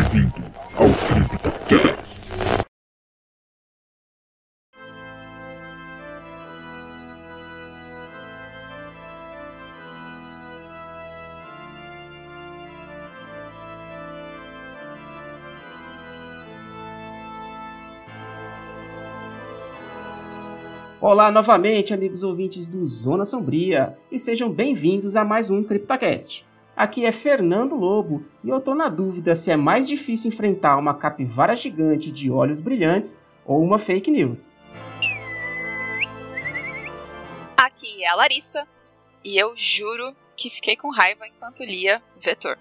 bem-vindo ao CryptoCast. Olá novamente, amigos ouvintes do Zona Sombria, e sejam bem-vindos a mais um CryptoCast. Aqui é Fernando Lobo, e eu tô na dúvida se é mais difícil enfrentar uma capivara gigante de olhos brilhantes ou uma fake news. Aqui é a Larissa, e eu juro que fiquei com raiva enquanto lia Vetor.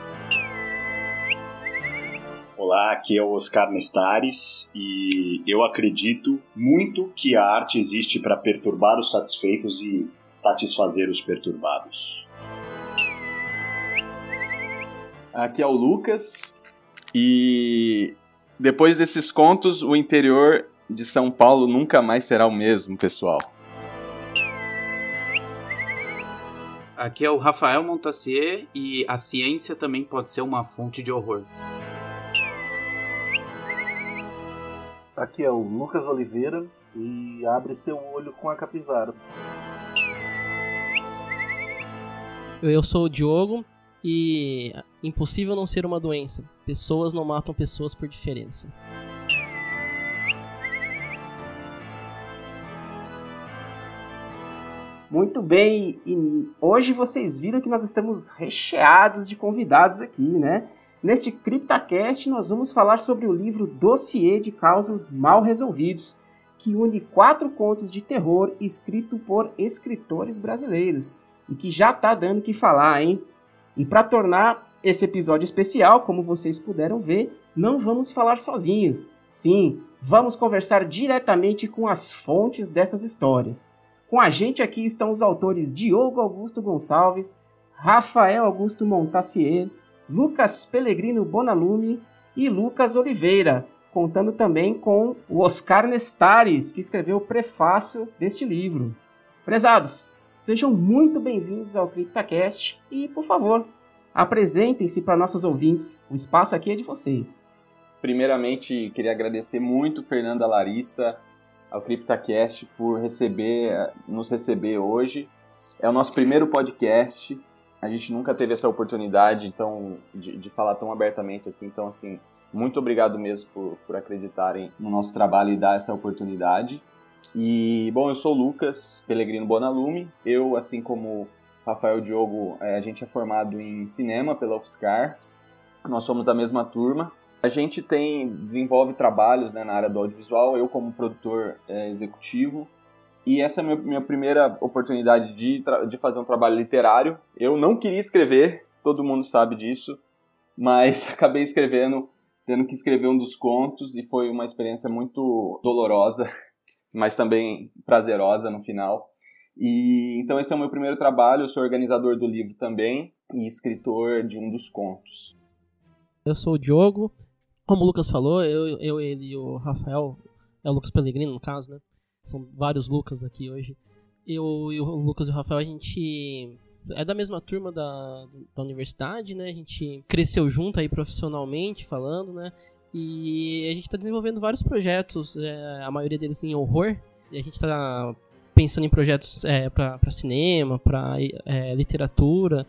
Olá, aqui é o Oscar Nestares e eu acredito muito que a arte existe para perturbar os satisfeitos e satisfazer os perturbados. Aqui é o Lucas e depois desses contos, o interior de São Paulo nunca mais será o mesmo, pessoal. Aqui é o Rafael Montassier e a ciência também pode ser uma fonte de horror. Aqui é o Lucas Oliveira e abre seu olho com a capivara. Eu sou o Diogo e impossível não ser uma doença. Pessoas não matam pessoas por diferença. Muito bem, e hoje vocês viram que nós estamos recheados de convidados aqui, né? Neste CryptoCast, nós vamos falar sobre o livro Dossiê de Casos Mal Resolvidos, que une 4 contos de terror escritos por escritores brasileiros, e que já tá dando o que falar, hein? E para tornar esse episódio especial, como vocês puderam ver, não vamos falar sozinhos. Sim, vamos conversar diretamente com as fontes dessas histórias. Com a gente aqui estão os autores Diogo Augusto Gonçalves, Rafael Augusto Montassier, Lucas Pellegrino Bonalume e Lucas Oliveira, contando também com o Oscar Nestares, que escreveu o prefácio deste livro. Prezados, sejam muito bem-vindos ao CryptoCast e, por favor, apresentem-se para nossos ouvintes. O espaço aqui é de vocês. Primeiramente, queria agradecer muito Fernanda, Larissa, ao CryptoCast por nos receber hoje. É o nosso primeiro podcast. A gente nunca teve essa oportunidade então, de falar tão abertamente assim. Então, assim, muito obrigado mesmo por acreditarem no nosso trabalho e dar essa oportunidade. E, bom, eu sou o Lucas Pellegrino Bonalume. Eu, assim como Rafael e Diogo, a gente é formado em cinema pela UFSCar. Nós somos da mesma turma. A gente desenvolve trabalhos, né, na área do audiovisual, eu como produtor executivo. E essa é a minha primeira oportunidade de fazer um trabalho literário. Eu não queria escrever, todo mundo sabe disso, mas acabei escrevendo, tendo que escrever um dos contos, e foi uma experiência muito dolorosa, mas também prazerosa no final. E então esse é o meu primeiro trabalho, eu sou organizador do livro também e escritor de um dos contos. Eu sou o Diogo, como o Lucas falou, ele e o Rafael, é o Lucas Pellegrino no caso, né? São vários Lucas aqui hoje. Eu e o Lucas e o Rafael, a gente é da mesma turma da universidade, né? A gente cresceu junto aí profissionalmente falando, né? E a gente tá desenvolvendo vários projetos, a maioria deles em horror. E a gente tá pensando em projetos para cinema, para literatura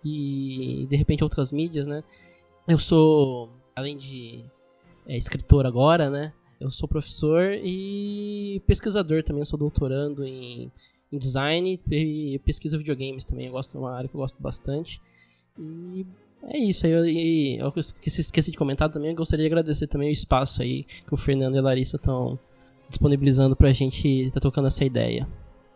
e de repente outras mídias, né? Eu sou, além de escritor agora, né? Eu sou professor e pesquisador também, eu sou doutorando em design e pesquisa videogames também, é uma área que eu gosto bastante. E é isso, eu esqueci de comentar também, eu gostaria de agradecer também o espaço aí que o Fernando e a Larissa estão disponibilizando pra gente estar tocando essa ideia.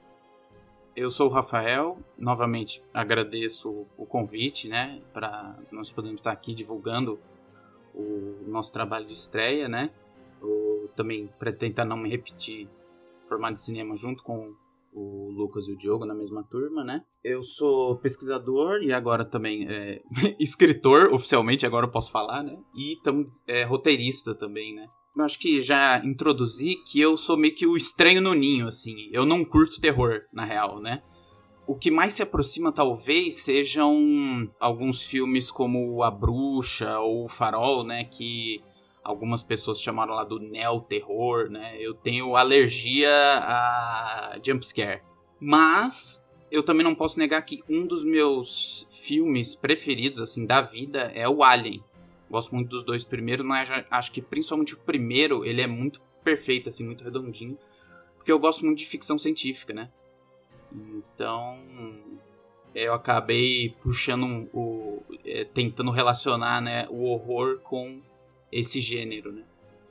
Eu sou o Rafael, novamente agradeço o convite, né, para nós podermos estar aqui divulgando o nosso trabalho de estreia, né. Eu também, para tentar não me repetir, formado em cinema junto com o Lucas e o Diogo na mesma turma, né? Eu sou pesquisador e agora também escritor, oficialmente, agora eu posso falar, né? E roteirista também, né? Eu acho que já introduzi que eu sou meio que o estranho no ninho, assim. Eu não curto terror, na real, né? O que mais se aproxima, talvez, sejam alguns filmes como A Bruxa ou O Farol, né? Que algumas pessoas chamaram lá do neo-terror, né? Eu tenho alergia a jumpscare. Mas eu também não posso negar que um dos meus filmes preferidos, assim, da vida é o Alien. Gosto muito dos dois primeiros, mas acho que principalmente o primeiro, ele é muito perfeito, assim, muito redondinho. Porque eu gosto muito de ficção científica, né? Então, eu acabei puxando tentando relacionar, né, o horror com esse gênero, né?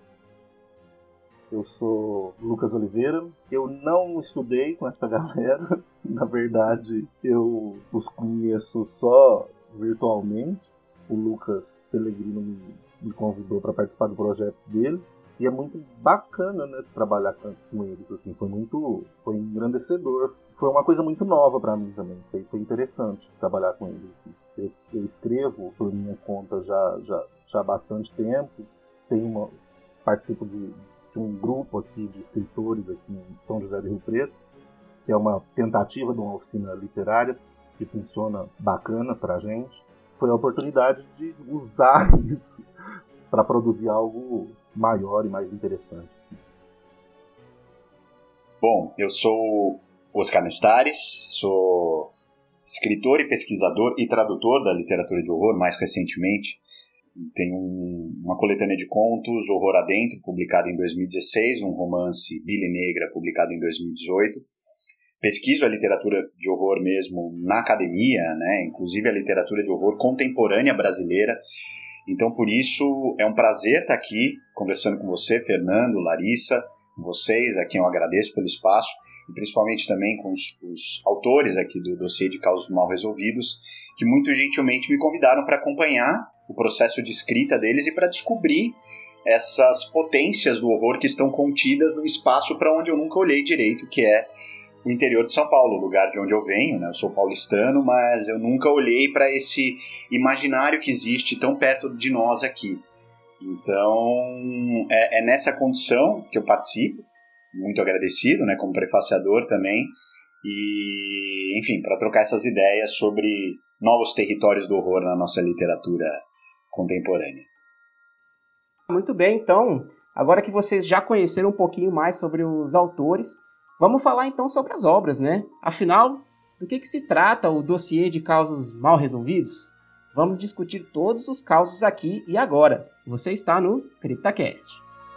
Eu sou Lucas Oliveira. Eu não estudei com essa galera. Na verdade, eu os conheço só virtualmente. O Lucas Pellegrino me convidou para participar do projeto dele. E é muito bacana, né, trabalhar com eles, assim, foi engrandecedor. Foi uma coisa muito nova para mim também, foi interessante trabalhar com eles. Assim. Eu escrevo por minha conta já há bastante tempo, participo de um grupo aqui de escritores aqui em São José do Rio Preto, que é uma tentativa de uma oficina literária que funciona bacana pra gente. Foi a oportunidade de usar isso para produzir algo maior e mais interessante. Assim. Bom, eu sou Oscar Nestares, sou escritor e pesquisador e tradutor da literatura de horror, mais recentemente. Tenho uma coletânea de contos, Horror Adentro, publicada em 2016, um romance Billy Negra, publicado em 2018. Pesquiso a literatura de horror mesmo na academia, né? Inclusive a literatura de horror contemporânea brasileira. Então, por isso, é um prazer estar aqui conversando com você, Fernando, Larissa, com vocês, a quem eu agradeço pelo espaço, e principalmente também com os autores aqui do dossiê de Causos Mal Resolvidos, que muito gentilmente me convidaram para acompanhar o processo de escrita deles e para descobrir essas potências do horror que estão contidas no espaço para onde eu nunca olhei direito, que é o interior de São Paulo, o lugar de onde eu venho, né? Eu sou paulistano, mas eu nunca olhei para esse imaginário que existe tão perto de nós aqui. Então, é nessa condição que eu participo, muito agradecido, né, como prefaciador também, e, enfim, para trocar essas ideias sobre novos territórios do horror na nossa literatura contemporânea. Muito bem, então, agora que vocês já conheceram um pouquinho mais sobre os autores, vamos falar então sobre as obras, né? Afinal, do que se trata o dossiê de causos mal resolvidos? Vamos discutir todos os causos aqui e agora. Você está no CryptaCast.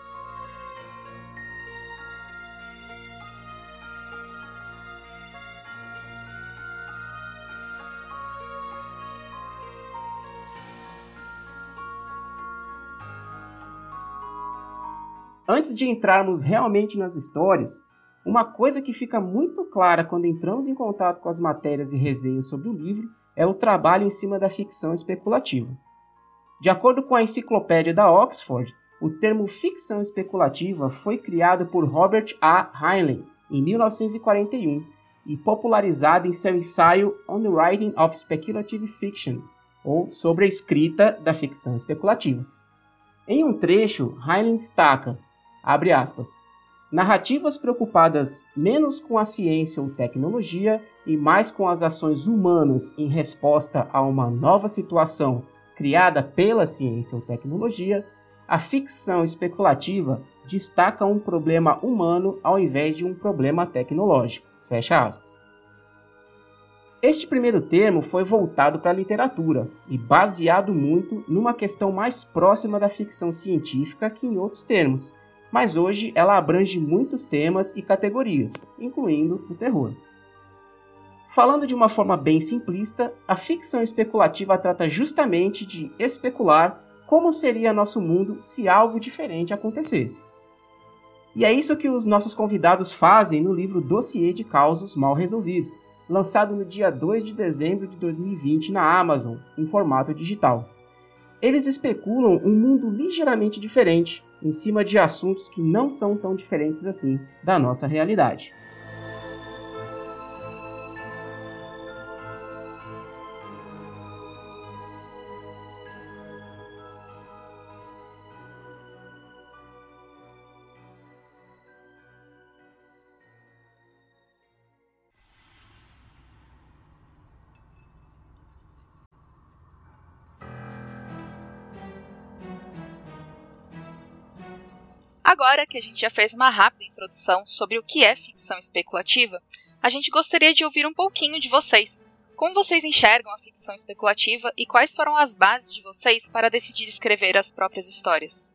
Antes de entrarmos realmente nas histórias, uma coisa que fica muito clara quando entramos em contato com as matérias e resenhas sobre o livro é o trabalho em cima da ficção especulativa. De acordo com a enciclopédia da Oxford, o termo ficção especulativa foi criado por Robert A. Heinlein em 1941 e popularizado em seu ensaio On the Writing of Speculative Fiction, ou sobre a escrita da ficção especulativa. Em um trecho, Heinlein destaca, abre aspas, narrativas preocupadas menos com a ciência ou tecnologia e mais com as ações humanas em resposta a uma nova situação criada pela ciência ou tecnologia, a ficção especulativa destaca um problema humano ao invés de um problema tecnológico. Fecha aspas. Este primeiro termo foi voltado para a literatura e baseado muito numa questão mais próxima da ficção científica que em outros termos, mas hoje ela abrange muitos temas e categorias, incluindo o terror. Falando de uma forma bem simplista, a ficção especulativa trata justamente de especular como seria nosso mundo se algo diferente acontecesse. E é isso que os nossos convidados fazem no livro Dossiê de Causos Mal Resolvidos, lançado no dia 2 de dezembro de 2020 na Amazon, em formato digital. Eles especulam um mundo ligeiramente diferente, em cima de assuntos que não são tão diferentes assim da nossa realidade. Agora que a gente já fez uma rápida introdução sobre o que é ficção especulativa, a gente gostaria de ouvir um pouquinho de vocês. Como vocês enxergam a ficção especulativa e quais foram as bases de vocês para decidir escrever as próprias histórias?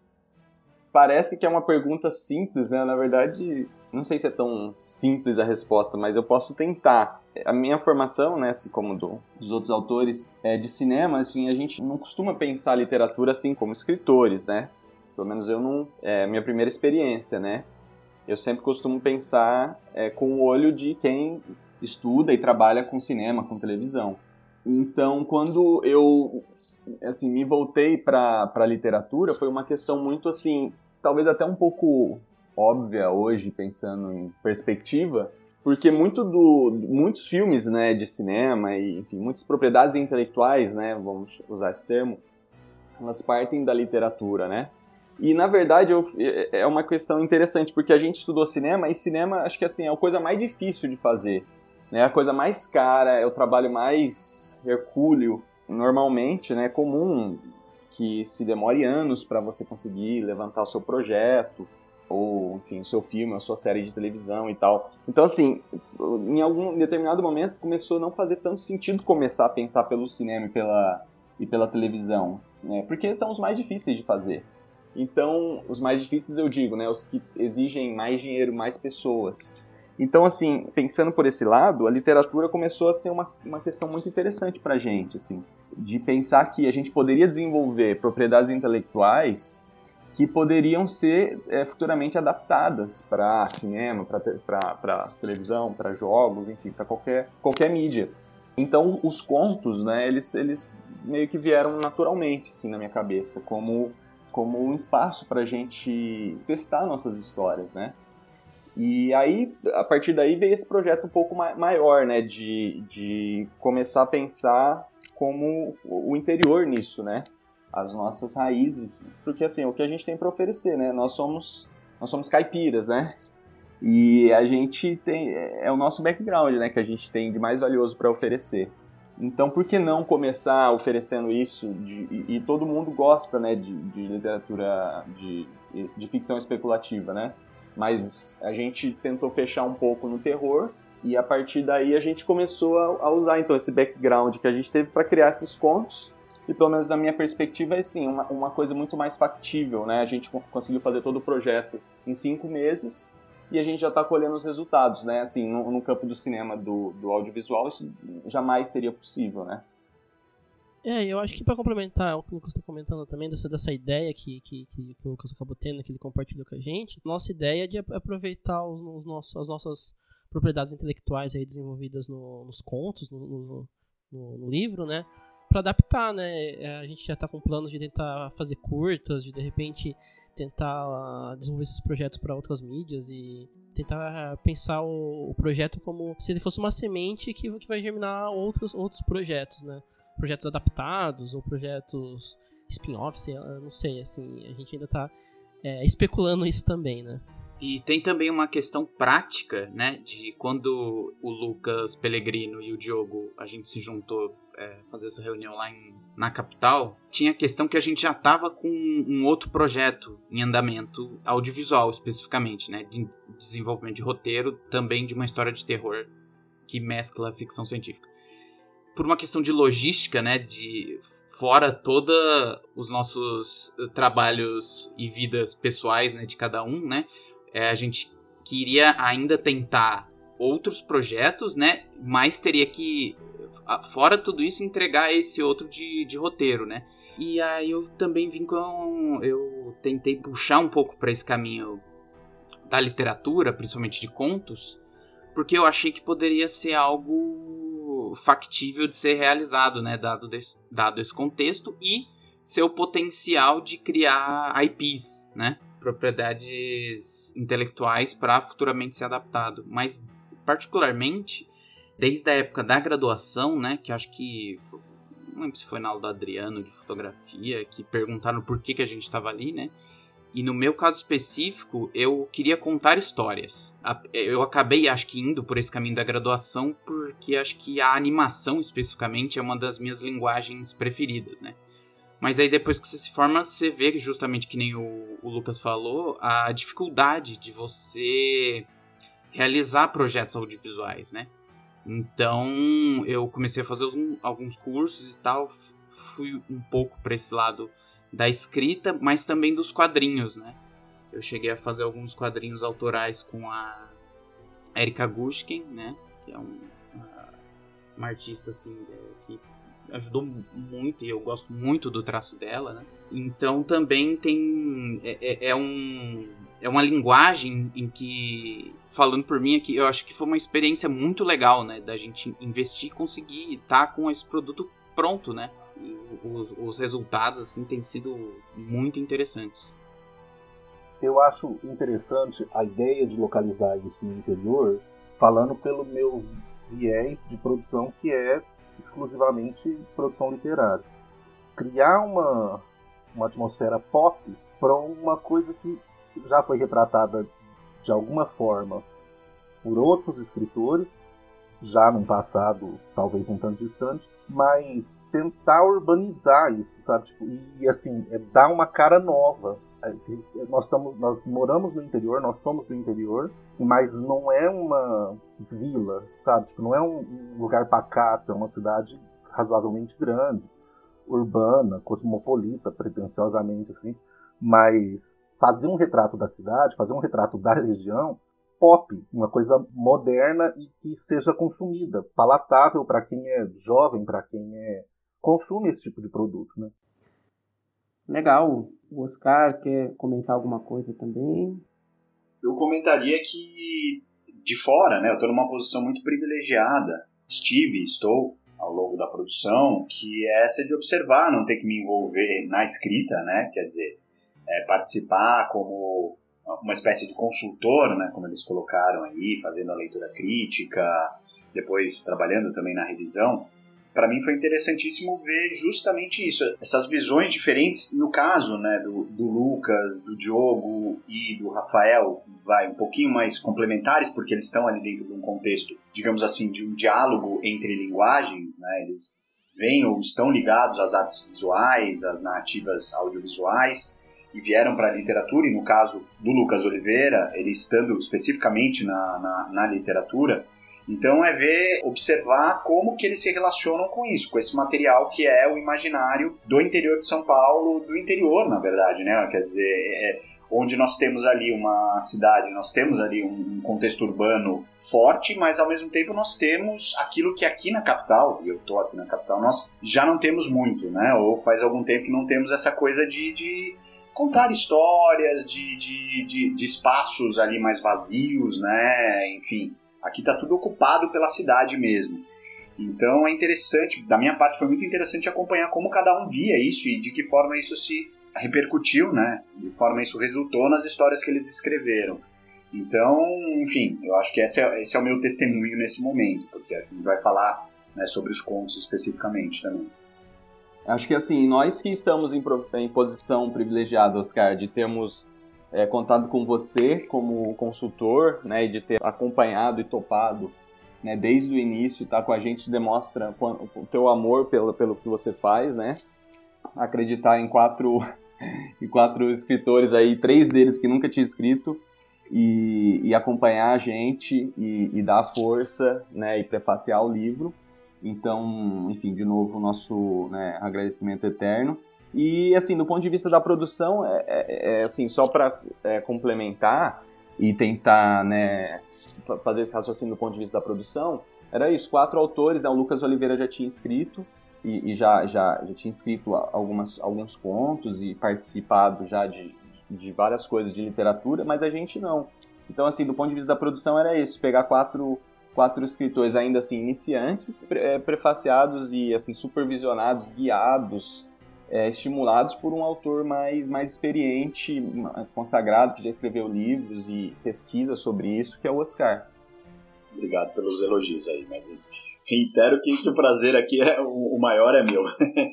Parece que é uma pergunta simples, né? Na verdade, não sei se é tão simples a resposta, mas eu posso tentar. A minha formação, né, assim como dos outros autores de cinema, assim, a gente não costuma pensar a literatura assim como escritores, né? Pelo menos eu não... É a minha primeira experiência, né? Eu sempre costumo pensar com o olho de quem estuda e trabalha com cinema, com televisão. Então, quando eu assim, me voltei para a literatura, foi uma questão muito assim, talvez até um pouco óbvia hoje, pensando em perspectiva, porque muitos filmes, né, de cinema e, enfim, muitas propriedades intelectuais, né, vamos usar esse termo, elas partem da literatura, né? E, na verdade, é uma questão interessante, porque a gente estudou cinema, e cinema, acho que assim, é a coisa mais difícil de fazer, né? A coisa mais cara, é o trabalho mais hercúleo. Normalmente, né, é comum que se demore anos para você conseguir levantar o seu projeto, ou, enfim, o seu filme, a sua série de televisão e tal. Então, assim, em algum determinado momento começou a não fazer tanto sentido começar a pensar pelo cinema e pela televisão, né? Porque são os mais difíceis de fazer. Então, os mais difíceis eu digo, né, os que exigem mais dinheiro, mais pessoas. Então, assim, pensando por esse lado, a literatura começou a ser uma questão muito interessante pra gente, assim, de pensar que a gente poderia desenvolver propriedades intelectuais que poderiam ser futuramente adaptadas para cinema, para televisão, para jogos, enfim, para qualquer mídia. Então, os contos, né, eles meio que vieram naturalmente, assim, na minha cabeça, como um espaço para a gente testar nossas histórias, né? E aí, a partir daí, veio esse projeto um pouco maior, né? De começar a pensar como o interior nisso, né? As nossas raízes. Porque, assim, o que a gente tem para oferecer, né? Nós somos caipiras, né? E a gente tem... É o nosso background, né? Que a gente tem de mais valioso para oferecer. Então, por que não começar oferecendo isso? E todo mundo gosta, né, de literatura, de ficção especulativa, né? Mas a gente tentou fechar um pouco no terror e a partir daí a gente começou a usar, então, esse background que a gente teve para criar esses contos. E, pelo menos na minha perspectiva, é, sim, uma coisa muito mais factível, né? A gente conseguiu fazer todo o projeto em 5 meses... E a gente já está colhendo os resultados, né? Assim, no campo do cinema, do audiovisual, isso jamais seria possível, né? Eu acho que para complementar o que o Lucas está comentando também, dessa ideia que o Lucas acabou tendo, que ele compartilhou com a gente, nossa ideia é de aproveitar as nossas propriedades intelectuais aí desenvolvidas nos contos, no livro, né? Para adaptar, né? A gente já está com planos de tentar fazer curtas, de repente tentar desenvolver esses projetos para outras mídias e tentar pensar o projeto como se ele fosse uma semente que vai germinar outros projetos, né? Projetos adaptados ou projetos spin-offs, não sei, assim, a gente ainda está especulando isso também, né? E tem também uma questão prática, né, de quando o Lucas Pellegrino e o Diogo, a gente se juntou fazer essa reunião lá na capital, tinha a questão que a gente já estava com um outro projeto em andamento, audiovisual especificamente, né, de desenvolvimento de roteiro, também de uma história de terror que mescla a ficção científica. Por uma questão de logística, né, de fora todos os nossos trabalhos e vidas pessoais, né, de cada um, né, a gente queria ainda tentar outros projetos, né? Mas teria que, fora tudo isso, entregar esse outro de roteiro, né? E aí eu também eu tentei puxar um pouco para esse caminho da literatura, principalmente de contos, porque eu achei que poderia ser algo factível de ser realizado, né? Dado esse contexto e seu potencial de criar IPs, né? Propriedades intelectuais para futuramente ser adaptado. Mas, particularmente, desde a época da graduação, né, que acho que, não lembro se foi na aula do Adriano de fotografia, que perguntaram por que a gente estava ali, né, e no meu caso específico, eu queria contar histórias. Eu acabei, acho que, indo por esse caminho da graduação, porque acho que a animação, especificamente, é uma das minhas linguagens preferidas, né. Mas aí depois que você se forma, você vê que justamente que nem o Lucas falou, a dificuldade de você realizar projetos audiovisuais, né? Então eu comecei a fazer alguns cursos e tal, fui um pouco para esse lado da escrita, mas também dos quadrinhos, né? Eu cheguei a fazer alguns quadrinhos autorais com a Erika Gushkin, né? Que é uma artista assim que ajudou muito e eu gosto muito do traço dela, né? Então também tem é uma linguagem em que, falando por mim aqui, eu acho que foi uma experiência muito legal, né? Da gente investir e conseguir estar com esse produto pronto, né? E os resultados assim têm sido muito interessantes. Eu acho interessante a ideia de localizar isso no interior, falando pelo meu viés de produção, que é exclusivamente produção literária. Criar uma atmosfera pop para uma coisa que já foi retratada de alguma forma por outros escritores, já num passado talvez um tanto distante, mas tentar urbanizar isso, sabe? Tipo, e assim, dar uma cara nova. Nós moramos no interior, nós somos do interior, mas não é uma vila, sabe? Tipo, não é um lugar pacato, é uma cidade razoavelmente grande, urbana, cosmopolita, pretensiosamente, assim. Mas fazer um retrato da cidade, fazer um retrato da região, pop, uma coisa moderna e que seja consumida, palatável para quem é jovem, para quem consome esse tipo de produto, né? Legal. O Oscar quer comentar alguma coisa também? Eu comentaria que, de fora, né, eu estou numa posição muito privilegiada. Estou, ao longo da produção, que é essa de observar, não ter que me envolver na escrita, né, quer dizer, participar como uma espécie de consultor, né, como eles colocaram aí, fazendo a leitura crítica, depois trabalhando também na revisão. Para mim foi interessantíssimo ver justamente isso, essas visões diferentes, no caso, né, do Lucas, do Diogo e do Rafael, um pouquinho mais complementares, porque eles estão ali dentro de um contexto, digamos assim, de um diálogo entre linguagens, né, eles vêm ou estão ligados às artes visuais, às narrativas audiovisuais, e vieram para a literatura, e no caso do Lucas Oliveira, ele estando especificamente na literatura. Então observar como que eles se relacionam com isso, com esse material que é o imaginário do interior de São Paulo, do interior, na verdade, né? Quer dizer, onde nós temos ali uma cidade, nós temos ali um contexto urbano forte, mas ao mesmo tempo nós temos aquilo que aqui na capital, e eu estou aqui na capital, nós já não temos muito, né? Ou faz algum tempo que não temos essa coisa de contar histórias, de espaços ali mais vazios, né? Enfim, aqui está tudo ocupado pela cidade mesmo. Então é interessante, da minha parte foi muito interessante acompanhar como cada um via isso e de que forma isso se repercutiu, né? De que forma isso resultou nas histórias que eles escreveram. Então, enfim, eu acho que esse é o meu testemunho nesse momento, porque a gente vai falar, né, sobre os contos especificamente também. Acho que assim, nós que estamos em posição privilegiada, Oscar, de termos contado com você como consultor, né, e de ter acompanhado e topado, né, desde o início, tá com a gente, demonstra o teu amor pelo que você faz, né? Acreditar em quatro escritores aí, 3 deles que nunca tinha escrito, e acompanhar a gente e dar força, né, e prefaciar o livro. Então, enfim, de novo, o nosso, né, agradecimento eterno. E, assim, do ponto de vista da produção, assim, só para complementar e tentar, né, fazer esse raciocínio do ponto de vista da produção, era isso, 4 autores, né, o Lucas Oliveira já tinha escrito, e já tinha escrito alguns contos e participado já de várias coisas de literatura, mas a gente não. Então, assim, do ponto de vista da produção era isso, pegar 4 escritores ainda assim iniciantes, prefaciados e assim supervisionados, guiados, estimulados por um autor mais experiente, consagrado, que já escreveu livros e pesquisa sobre isso, que é o Oscar. Obrigado pelos elogios aí, mas reitero que o prazer aqui o maior é meu.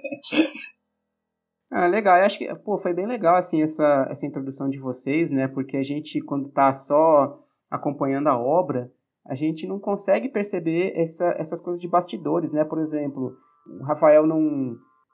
Legal, eu acho que foi bem legal assim, essa introdução de vocês, né? Porque a gente, quando está só acompanhando a obra, a gente não consegue perceber essas coisas de bastidores, né? Por exemplo, o Rafael não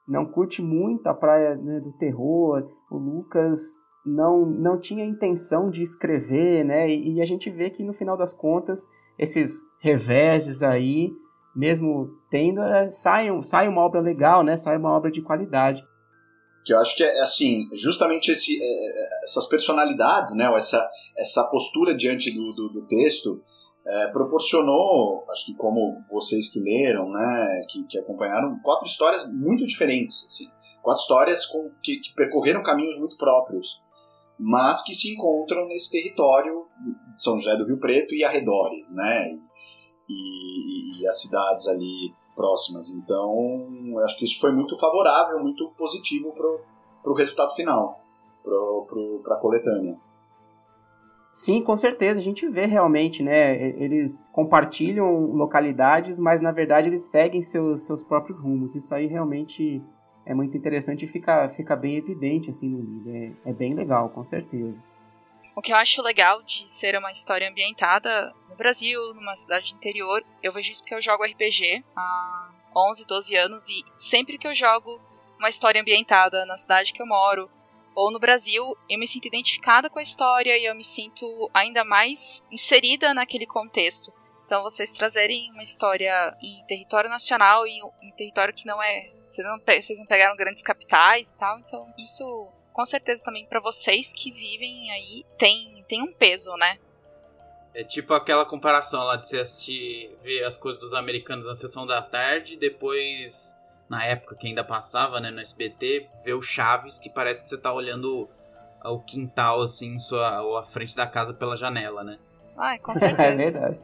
não curte muito a praia, né, do terror. O Lucas não tinha intenção de escrever, né? E a gente vê que no final das contas, esses reveses aí, mesmo tendo, sai uma obra legal, né? Sai uma obra de qualidade. Que eu acho que é assim, justamente essas personalidades, né? Essa postura diante do texto proporcionou, acho que como vocês que leram, né? Que acompanharam, 4 histórias muito diferentes, assim. 4 histórias que percorreram caminhos muito próprios, mas que se encontram nesse território de São José do Rio Preto e arredores, né? E as cidades ali próximas. Então, eu acho que isso foi muito favorável, muito positivo pro resultado final, para a coletânea. Sim, com certeza. A gente vê realmente, né? Eles compartilham localidades, mas na verdade eles seguem seus próprios rumos. Isso aí realmente é muito interessante e fica bem evidente assim no livro. É bem legal, com certeza. O que eu acho legal de ser uma história ambientada no Brasil, numa cidade interior, eu vejo isso porque eu jogo RPG há 11, 12 anos e sempre que eu jogo uma história ambientada na cidade que eu moro ou no Brasil, eu me sinto identificada com a história e eu me sinto ainda mais inserida naquele contexto. Então vocês trazerem uma história em território nacional e em território que não é... Vocês não pegaram grandes capitais e tal, então isso... Com certeza também pra vocês que vivem aí tem um peso, né? É tipo aquela comparação lá de você ver as coisas dos americanos na sessão da tarde e depois, na época que ainda passava, né, no SBT, ver o Chaves, que parece que você tá olhando o quintal, assim, ou a frente da casa pela janela, né? Ai, com certeza. É verdade.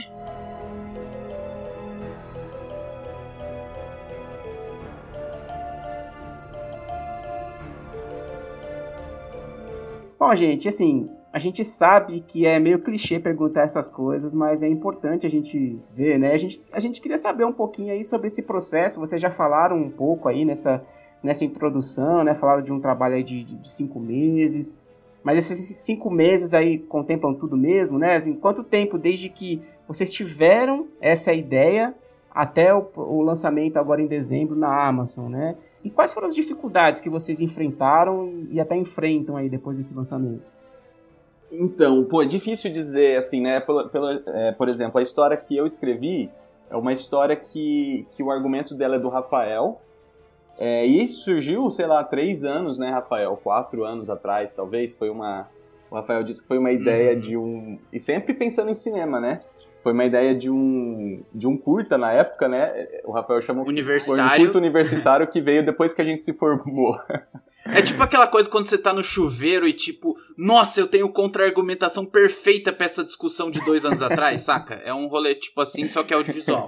Bom, gente, assim, a gente sabe que é meio clichê perguntar essas coisas, mas é importante a gente ver, né? A gente queria saber um pouquinho aí sobre esse processo. Vocês já falaram um pouco aí nessa introdução, né? Falaram de um trabalho aí de 5 meses. Mas esses 5 meses aí contemplam tudo mesmo, né? Assim, quanto tempo desde que vocês tiveram essa ideia até o lançamento agora em dezembro na Amazon, né? E quais foram as dificuldades que vocês enfrentaram e até enfrentam aí depois desse lançamento? Então, é difícil dizer, assim, né? Por exemplo, a história que eu escrevi é uma história que o argumento dela é do Rafael. E surgiu, sei lá, 3 anos, né, Rafael? 4 anos atrás, talvez. O Rafael disse que foi uma ideia de um... E sempre pensando em cinema, né? Foi uma ideia de um curta na época, né? O Rafael chamou universitário. Foi um curta universitário que veio depois que a gente se formou. É tipo aquela coisa quando você tá no chuveiro e tipo, nossa, eu tenho contra-argumentação perfeita pra essa discussão de 2 anos atrás, saca? É um rolê tipo assim, só que é audiovisual.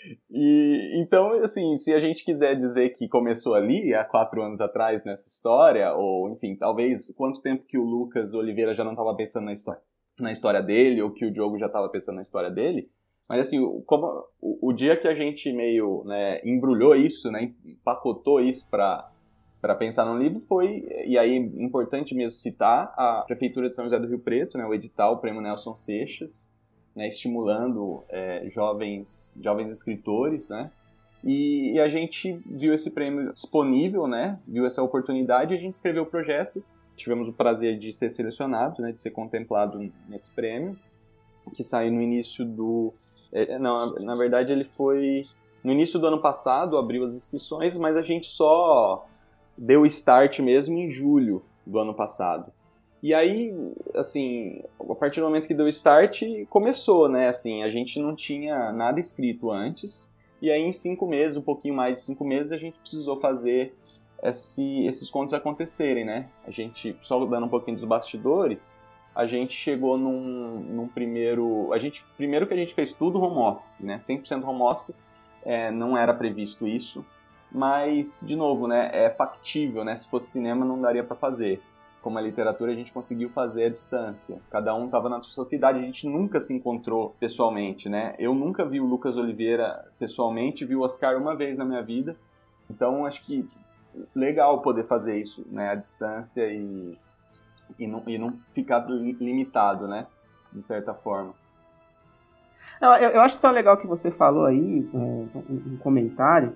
E então, assim, se a gente quiser dizer que começou ali, há 4 anos atrás, nessa história, ou enfim, talvez quanto tempo que o Lucas Oliveira já não estava pensando na história dele, ou que o Diogo já estava pensando na história dele, mas assim, como o dia que a gente meio, né, embrulhou isso, né, empacotou isso para pensar no livro foi, e aí é importante mesmo citar, a Prefeitura de São José do Rio Preto, né, o edital, o Prêmio Nelson Seixas, né, estimulando jovens escritores, né, e a gente viu esse prêmio disponível, né, viu essa oportunidade e a gente escreveu o projeto. Tivemos o prazer de ser selecionado, né, de ser contemplado nesse prêmio, que saiu no início do... na verdade ele foi... No início do ano passado, abriu as inscrições, mas a gente só deu start mesmo em julho do ano passado. E aí, assim, a partir do momento que deu start, começou, né, assim, a gente não tinha nada escrito antes, e aí em 5 meses, um pouquinho mais de 5 meses, a gente precisou fazer esses contos acontecerem, né? A gente, só dando um pouquinho dos bastidores, a gente chegou num primeiro... Primeiro que a gente fez tudo home office, né? 100% home office, não era previsto isso, mas, de novo, né? É factível, né? Se fosse cinema não daria para fazer. Como a literatura a gente conseguiu fazer à distância. Cada um estava na sua cidade, a gente nunca se encontrou pessoalmente, né? Eu nunca vi o Lucas Oliveira pessoalmente, vi o Oscar uma vez na minha vida, então acho que legal poder fazer isso, né, à distância e não ficar limitado, né, de certa forma. Eu acho só legal que você falou aí, um comentário,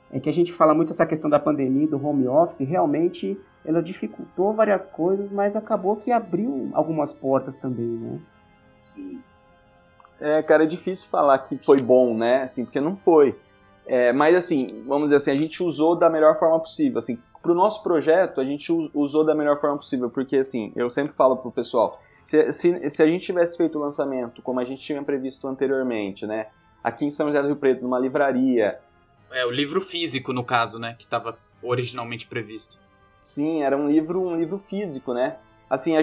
é que a gente fala muito essa questão da pandemia, do home office, realmente ela dificultou várias coisas, mas acabou que abriu algumas portas também, né? Sim. Cara, é difícil falar que foi bom, né? Assim, porque não foi. Mas, assim, vamos dizer assim, a gente usou da melhor forma possível. Assim, pro nosso projeto, a gente usou da melhor forma possível, porque, assim, eu sempre falo pro pessoal, se a gente tivesse feito o lançamento como a gente tinha previsto anteriormente, né? Aqui em São José do Rio Preto, numa livraria. O livro físico, no caso, né? Que estava originalmente previsto. Sim, era um livro físico, né? Assim,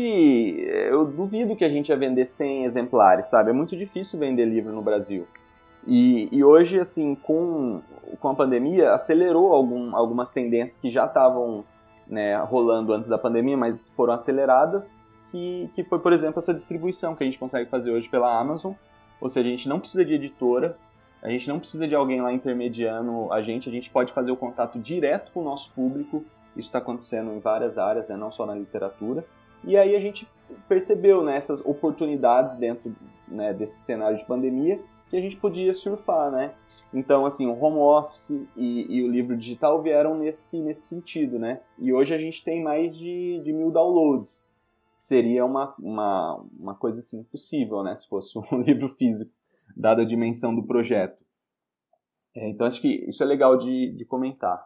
eu duvido que a gente ia vender 100 exemplares, sabe? É muito difícil vender livro no Brasil. E hoje, assim, com a pandemia, acelerou algumas tendências que já estavam, né, rolando antes da pandemia, mas foram aceleradas, que foi, por exemplo, essa distribuição que a gente consegue fazer hoje pela Amazon. Ou seja, a gente não precisa de editora, a gente não precisa de alguém lá intermediando a gente pode fazer o contato direto com o nosso público. Isso está acontecendo em várias áreas, né, não só na literatura. E aí a gente percebeu, né, essas oportunidades dentro, né, desse cenário de pandemia que a gente podia surfar, né? Então, assim, o home office e o livro digital vieram nesse sentido, né? E hoje a gente tem mais de 1.000 downloads. Seria uma coisa, assim, impossível, né? Se fosse um livro físico, dada a dimensão do projeto. Então, acho que isso é legal de comentar.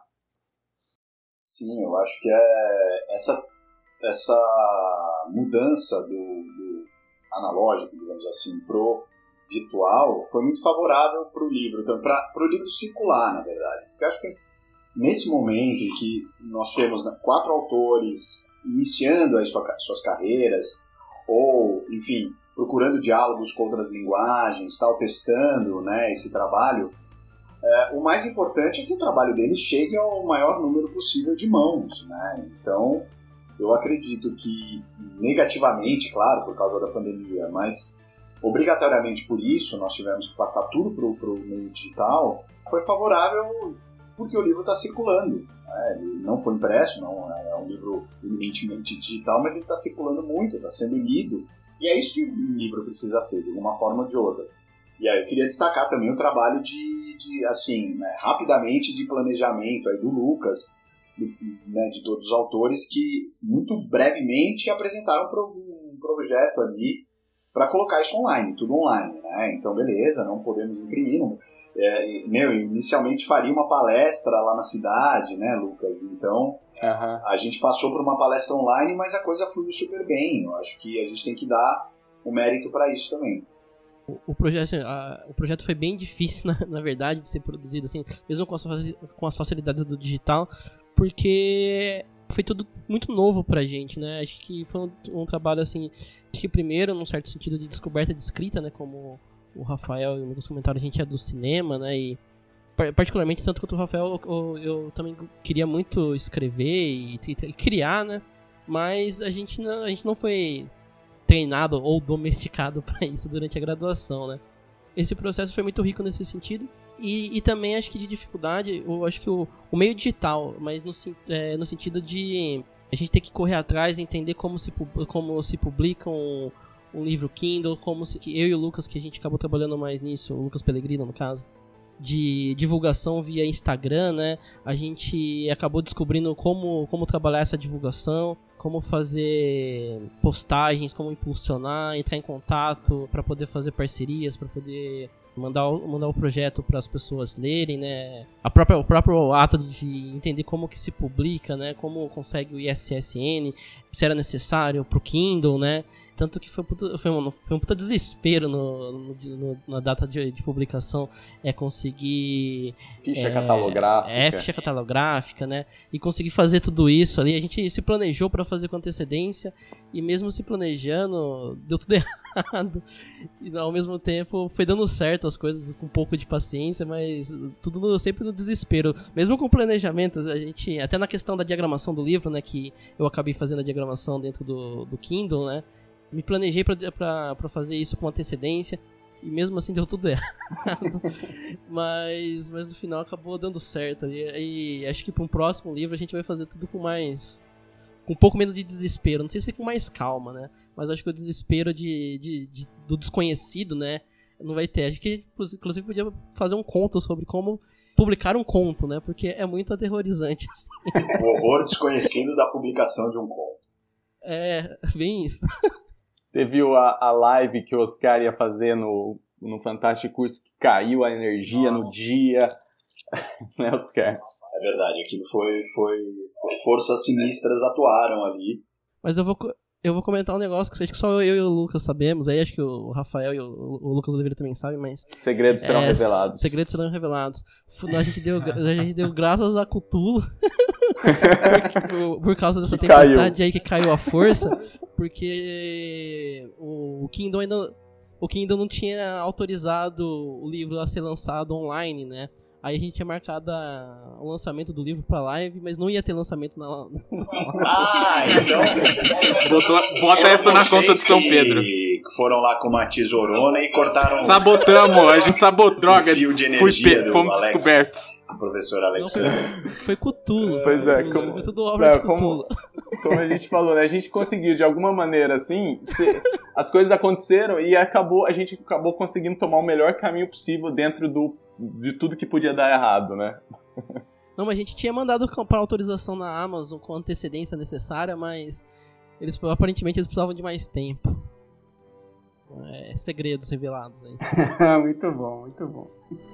Sim, eu acho que essa mudança do analógico, digamos assim, pro virtual foi muito favorável para o livro, então, para o livro circular, na verdade. Porque eu acho que nesse momento em que nós temos 4 autores iniciando as suas carreiras, ou, enfim, procurando diálogos com outras linguagens, testando, né, esse trabalho, o mais importante é que o trabalho deles chegue ao maior número possível de mãos, né? Então, eu acredito que, negativamente, claro, por causa da pandemia, mas obrigatoriamente por isso, nós tivemos que passar tudo para o meio digital, foi favorável porque o livro está circulando. Né? Ele não foi impresso, não é um livro eminentemente digital, mas ele está circulando muito, está sendo lido, e é isso que o livro precisa ser, de uma forma ou de outra. E aí eu queria destacar também o trabalho assim, né, rapidamente de planejamento aí do Lucas, né, de todos os autores que muito brevemente apresentaram um projeto ali para colocar isso online, tudo online, né? Então, beleza, não podemos imprimir. Inicialmente faria uma palestra lá na cidade, né, Lucas? Então, a gente passou por uma palestra online, mas a coisa fluiu super bem. Eu acho que a gente tem que dar o mérito para isso também. O projeto foi bem difícil, na verdade, de ser produzido, assim, mesmo com as facilidades do digital, porque foi tudo muito novo pra gente, né? Acho que foi um trabalho, assim, que primeiro, num certo sentido de descoberta de escrita, né? Como o Rafael e o Lucas comentaram, a gente é do cinema, né? E particularmente, tanto quanto o Rafael, eu também queria muito escrever e criar, né? Mas a gente não foi treinado ou domesticado para isso durante a graduação, né? Esse processo foi muito rico nesse sentido e também acho que de dificuldade, eu acho que o meio digital, mas no sentido de a gente ter que correr atrás e entender como se publica um livro Kindle, eu e o Lucas, que a gente acabou trabalhando mais nisso, o Lucas Pellegrino no caso, de divulgação via Instagram, né? A gente acabou descobrindo como trabalhar essa divulgação, como fazer postagens, como impulsionar, entrar em contato para poder fazer parcerias, para poder mandar o projeto para as pessoas lerem, né? O próprio ato de entender como que se publica, né? Como consegue o ISSN, se era necessário pro Kindle, né? Tanto que foi um puta desespero na data de publicação, conseguir ficha catalográfica. Ficha catalográfica, né? E conseguir fazer tudo isso ali. A gente se planejou para fazer com antecedência e mesmo se planejando, deu tudo errado. E ao mesmo tempo foi dando certo as coisas com um pouco de paciência, mas tudo sempre no desespero. Mesmo com o planejamento, a gente, até na questão da diagramação do livro, né? Que eu acabei fazendo a diagramação dentro do Kindle, né? Me planejei pra fazer isso com antecedência e mesmo assim deu tudo errado. mas no final acabou dando certo. E acho que para um próximo livro a gente vai fazer tudo com um pouco menos de desespero. Não sei se com mais calma, né? Mas acho que o desespero do desconhecido, né? Não vai ter. Acho que a gente, inclusive, podia fazer um conto sobre como publicar um conto, né? Porque é muito aterrorizante. Assim. O horror desconhecido da publicação de um conto. É, bem isso. Teve a live que o Oscar ia fazer no Fantástico Curso, que caiu a energia no dia. Né, Oscar? É verdade, aquilo foi forças sinistras atuaram ali. Mas eu vou comentar um negócio que acho que só eu e o Lucas sabemos, aí acho que o Rafael e o Lucas Oliveira também sabem, mas... Segredos serão revelados. Segredos serão revelados. A gente deu graças a Cthulhu, por causa dessa tempestade aí que caiu a força, porque o Kindle ainda não tinha autorizado o livro a ser lançado online, né? Aí a gente tinha marcado o lançamento do livro pra live, mas não ia ter lançamento na então... Bota essa na conta de São Pedro. Foram lá com uma tesourona e cortaram... Sabotamos, a gente sabotou. Droga, fio de energia fomos Alex, descobertos. O professor Alexandre. Foi Cthulhu. Pois é, foi tudo obra de Cthulhu. Como a gente falou, né? A gente conseguiu, de alguma maneira, assim, as coisas aconteceram e a gente acabou conseguindo tomar o melhor caminho possível dentro de tudo que podia dar errado, né? Não, mas a gente tinha mandado para autorização na Amazon com a antecedência necessária, mas aparentemente eles precisavam de mais tempo. Segredos revelados aí. Muito bom, muito bom.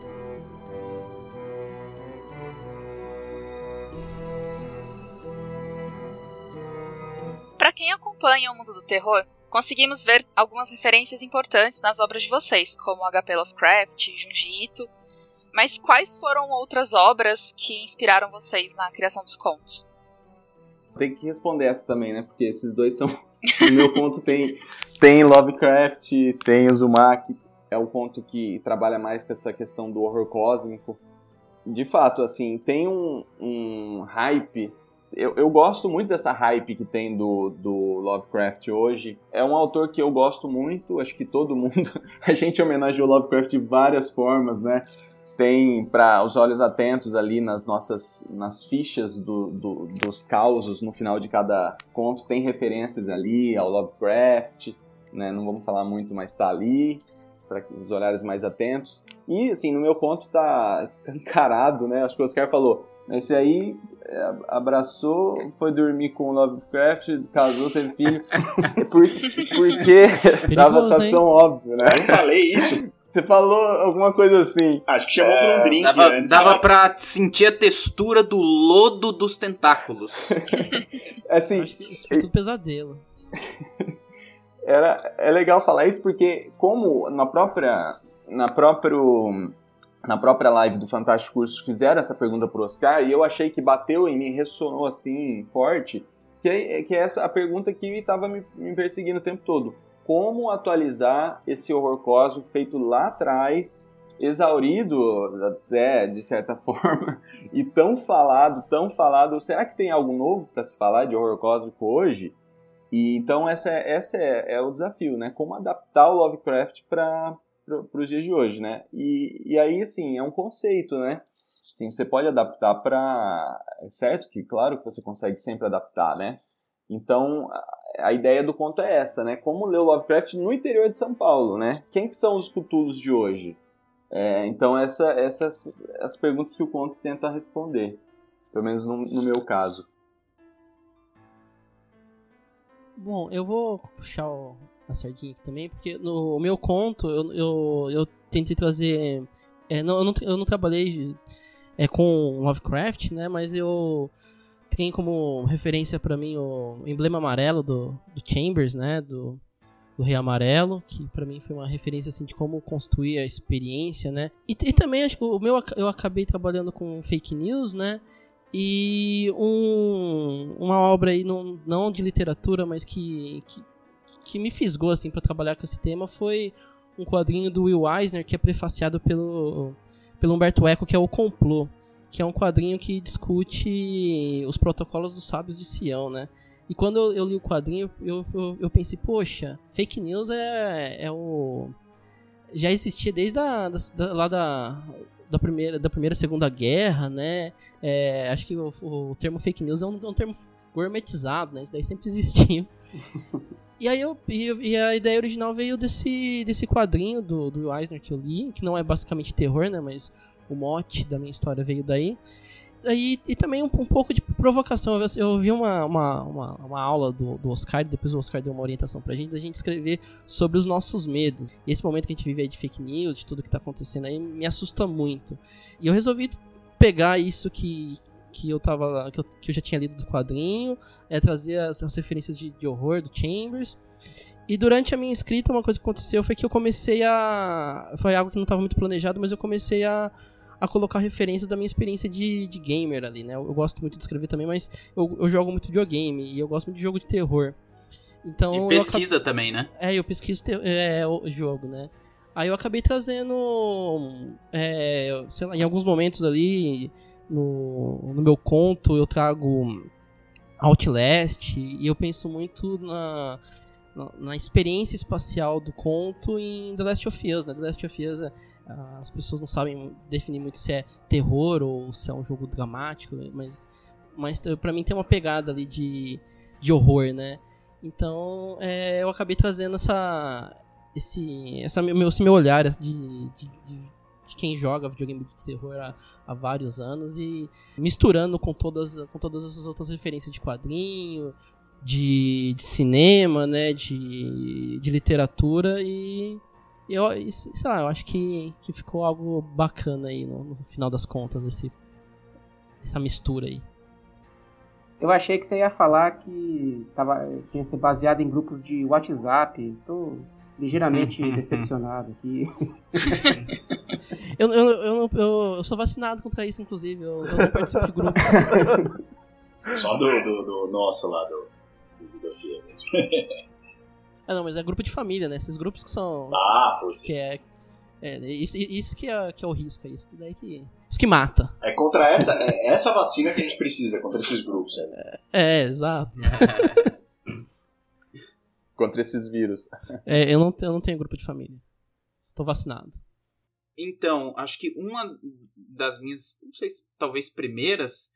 Para quem acompanha o mundo do terror, conseguimos ver algumas referências importantes nas obras de vocês, como H.P. Lovecraft, Junji Ito. Mas quais foram outras obras que inspiraram vocês na criação dos contos? Tem que responder essa também, né? Porque esses dois são... No meu conto tem Lovecraft, tem Uzumaki. É um conto que trabalha mais com essa questão do horror cósmico. De fato, assim, tem um hype... Eu gosto muito dessa hype que tem do Lovecraft hoje. É um autor que eu gosto muito, acho que todo mundo... A gente homenageou Lovecraft de várias formas, né? Tem para os olhos atentos ali nas fichas dos causos no final de cada conto, tem referências ali ao Lovecraft, né? Não vamos falar muito, mas tá ali, para os olhares mais atentos. E, assim, no meu conto tá escancarado, né? Acho que o Oscar falou, esse aí abraçou, foi dormir com o Lovecraft, casou, teve filho, porque tava tão óbvio, né? Eu falei isso. Você falou alguma coisa assim. Acho que chamou por um drink antes. Dava pra sentir a textura do lodo dos tentáculos. Assim, acho que isso foi tudo pesadelo. É legal falar isso porque, como na própria live do Fantástico Curso fizeram essa pergunta pro Oscar, e eu achei que bateu em mim, ressonou assim forte, que é essa a pergunta que estava me perseguindo o tempo todo. Como atualizar esse horror cósmico feito lá atrás, exaurido até de certa forma, e tão falado, será que tem algo novo para se falar de horror cósmico hoje? E então essa é o desafio, né? Como adaptar o Lovecraft para os dias de hoje, né? E aí, assim, é um conceito, né? Assim, você pode adaptar para... É certo que, claro, que você consegue sempre adaptar, né? Então, a ideia do conto é essa, né? Como ler o Lovecraft no interior de São Paulo, né? Quem que são os Cthulhus de hoje? Então, essas as perguntas que o conto tenta responder. Pelo menos no meu caso. Bom, eu vou puxar a sardinha aqui também, porque no meu conto eu tentei trazer... eu não trabalhei com Lovecraft, né? Mas eu tenho como referência pra mim o emblema amarelo do Chambers, né? Do Rei Amarelo, que pra mim foi uma referência assim, de como construir a experiência, né? E também acho que eu acabei trabalhando com fake news, né? E uma obra aí, não de literatura, mas que me fisgou assim, pra trabalhar com esse tema foi um quadrinho do Will Eisner, que é prefaciado pelo Humberto Eco, que é O Complô, que é um quadrinho que discute os protocolos dos sábios de Sião, né? E quando eu li o quadrinho, eu pensei, poxa, fake news já existia desde da primeira Segunda Guerra, né? Acho que o termo fake news é um termo gourmetizado, né? Isso daí sempre existiu. E a ideia original veio desse quadrinho do Eisner que eu li, que não é basicamente terror, né? Mas o mote da minha história veio daí. E também um pouco de provocação. Eu vi uma aula do Oscar, depois o Oscar deu uma orientação pra gente, da gente escrever sobre os nossos medos. E esse momento que a gente vive aí de fake news, de tudo que tá acontecendo aí, me assusta muito. E eu resolvi pegar isso que eu já tinha lido do quadrinho, trazer as referências de horror do Chambers. E durante a minha escrita, uma coisa que aconteceu foi que eu comecei foi algo que não estava muito planejado, mas eu comecei a colocar referências da minha experiência de gamer ali, né? Eu gosto muito de escrever também, mas eu jogo muito videogame e eu gosto muito de jogo de terror. Então, e pesquisa também, né? Eu pesquiso o jogo, né? Aí eu acabei trazendo, sei lá, em alguns momentos ali, no meu conto, eu trago Outlast e eu penso muito na experiência espacial do conto em The Last of Us, né? The Last of Us, as pessoas não sabem definir muito se é terror ou se é um jogo dramático, mas pra mim tem uma pegada ali de horror, né? Então, eu acabei trazendo esse meu olhar de quem joga videogame de terror há vários anos e misturando com todas essas outras referências de quadrinho, de cinema, né, de literatura e sei lá, eu acho que ficou algo bacana aí no final das contas, essa mistura aí. Eu achei que você ia falar que tinha ser baseado em grupos de WhatsApp. Tô ligeiramente decepcionado aqui. Eu sou vacinado contra isso, inclusive. Eu não participo de grupos. Só do nosso lá, do dossiê mesmo. Não, mas é grupo de família, né? Esses grupos que são... Putz. Que isso que é o risco, é isso daí isso que mata. É contra essa vacina que a gente precisa, contra esses grupos aí. Exato. Contra esses vírus. Eu não tenho grupo de família. Tô vacinado. Então, acho que uma das minhas, não sei se talvez primeiras,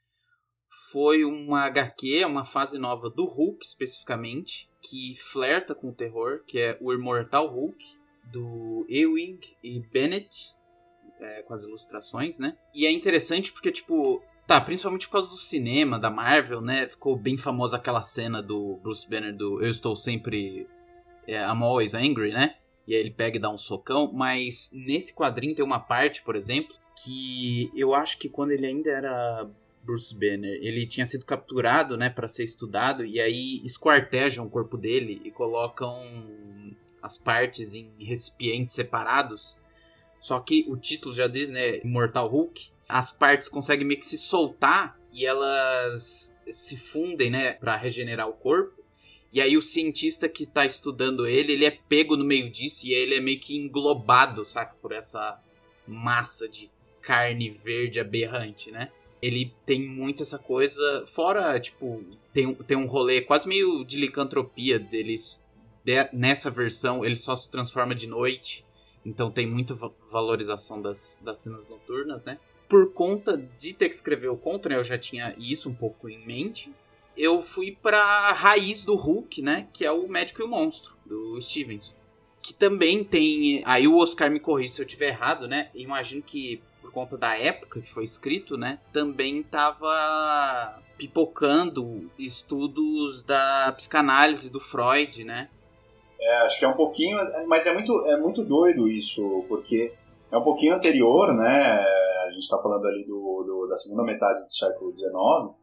foi uma HQ, uma fase nova do Hulk, especificamente, que flerta com o terror, que é o Immortal Hulk, do Ewing e Bennett, com as ilustrações, né? E é interessante porque, principalmente por causa do cinema, da Marvel, né? Ficou bem famosa aquela cena do Bruce Banner do Eu Estou Sempre... I'm Always Angry, né? E aí ele pega e dá um socão, mas nesse quadrinho tem uma parte, por exemplo, que eu acho que quando ele ainda era Bruce Banner, ele tinha sido capturado, né, para ser estudado, e aí esquartejam o corpo dele e colocam as partes em recipientes separados. Só que o título já diz, né, Immortal Hulk, as partes conseguem meio que se soltar e elas se fundem, né, para regenerar o corpo. E aí o cientista que tá estudando ele é pego no meio disso e ele é meio que englobado, saca? Por essa massa de carne verde aberrante, né? Ele tem muito essa coisa, fora, tem um rolê quase meio de licantropia deles. Nessa versão, ele só se transforma de noite, então tem muita valorização das cenas noturnas, né? Por conta de ter que escrever o conto, né? Eu já tinha isso um pouco em mente. Eu fui pra raiz do Hulk, né? Que é o Médico e o Monstro, do Stevenson. Que também tem... Aí o Oscar me corrige se eu estiver errado, né? Imagino que, por conta da época que foi escrito, né? Também tava pipocando estudos da psicanálise do Freud, né? Acho que é um pouquinho... Mas é muito doido isso, porque é um pouquinho anterior, né? A gente tá falando ali da segunda metade do século XIX.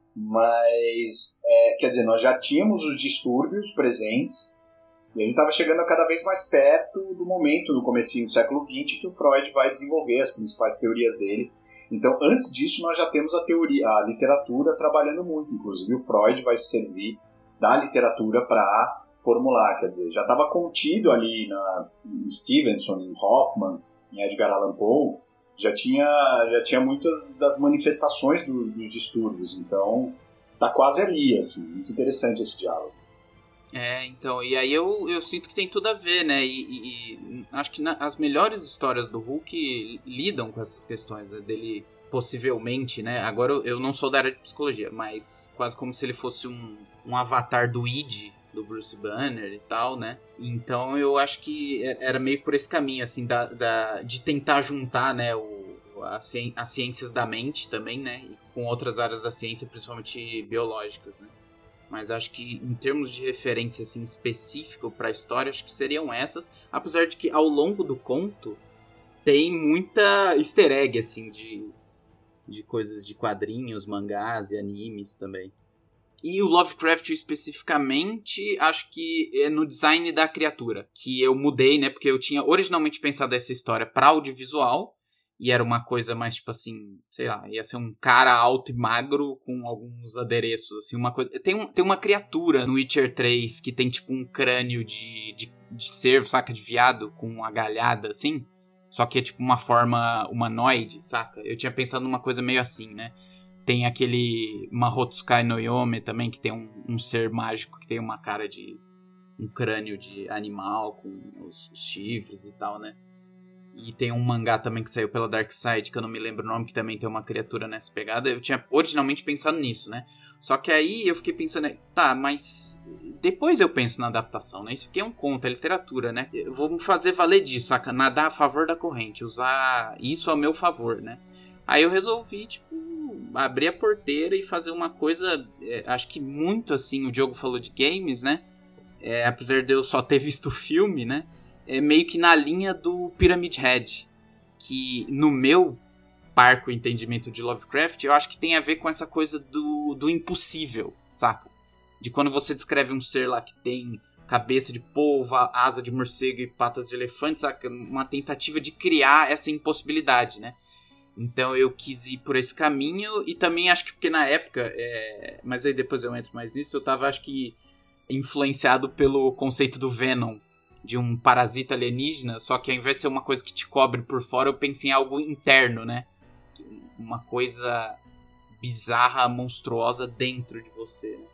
Mas, quer dizer, nós já tínhamos os distúrbios presentes e a gente estava chegando cada vez mais perto do momento, no comecinho do século XX, que o Freud vai desenvolver as principais teorias dele. Então, antes disso, nós já temos a literatura trabalhando muito. Inclusive, o Freud vai se servir da literatura para formular. Quer dizer, já estava contido ali em Stevenson, em Hoffman, em Edgar Allan Poe, já tinha muitas das manifestações dos distúrbios, então tá quase ali, assim, muito interessante esse diálogo. Então, e aí eu sinto que tem tudo a ver, né, e acho que as melhores histórias do Hulk lidam com essas questões, né, dele possivelmente, né, agora eu não sou da área de psicologia, mas quase como se ele fosse um avatar do id, do Bruce Banner e tal, né? Então eu acho que era meio por esse caminho, assim, de tentar juntar, né, as ciências da mente também, né? E com outras áreas da ciência, principalmente biológicas, né? Mas acho que em termos de referência assim, específico para a história, acho que seriam essas. Apesar de que ao longo do conto tem muita easter egg assim, de coisas de quadrinhos, mangás e animes também. E o Lovecraft especificamente, acho que é no design da criatura, que eu mudei, né? Porque eu tinha originalmente pensado essa história para audiovisual, e era uma coisa mais tipo assim, sei lá, ia ser um cara alto e magro com alguns adereços, assim, uma coisa... Tem uma criatura no Witcher 3 que tem tipo um crânio de cervo, saca? De viado, com uma galhada, assim, só que é tipo uma forma humanoide, saca? Eu tinha pensado numa coisa meio assim, né? Tem aquele Mahotsukai no Yome também, que tem um ser mágico que tem uma cara de... um crânio de animal com os chifres e tal, né? E tem um mangá também que saiu pela Dark Side, que eu não me lembro o nome, que também tem uma criatura nessa pegada. Eu tinha originalmente pensado nisso, né? Só que aí eu fiquei pensando, tá, mas depois eu penso na adaptação, né? Isso aqui é um conto, é literatura, né? Vamos fazer valer disso, saca? Nadar a favor da corrente, usar isso a meu favor, né? Aí eu resolvi, tipo, abrir a porteira e fazer uma coisa, acho que muito assim, o Diogo falou de games, né? Apesar de eu só ter visto o filme, né? É meio que na linha do Pyramid Head, que no meu parco entendimento de Lovecraft, eu acho que tem a ver com essa coisa do impossível, saca? De quando você descreve um ser lá que tem cabeça de polvo, asa de morcego e patas de elefante, saca? Uma tentativa de criar essa impossibilidade, né? Então eu quis ir por esse caminho, e também acho que porque na época, mas aí depois eu entro mais nisso, eu tava acho que influenciado pelo conceito do Venom, de um parasita alienígena, só que ao invés de ser uma coisa que te cobre por fora, eu pensei em algo interno, né? Uma coisa bizarra, monstruosa dentro de você, né?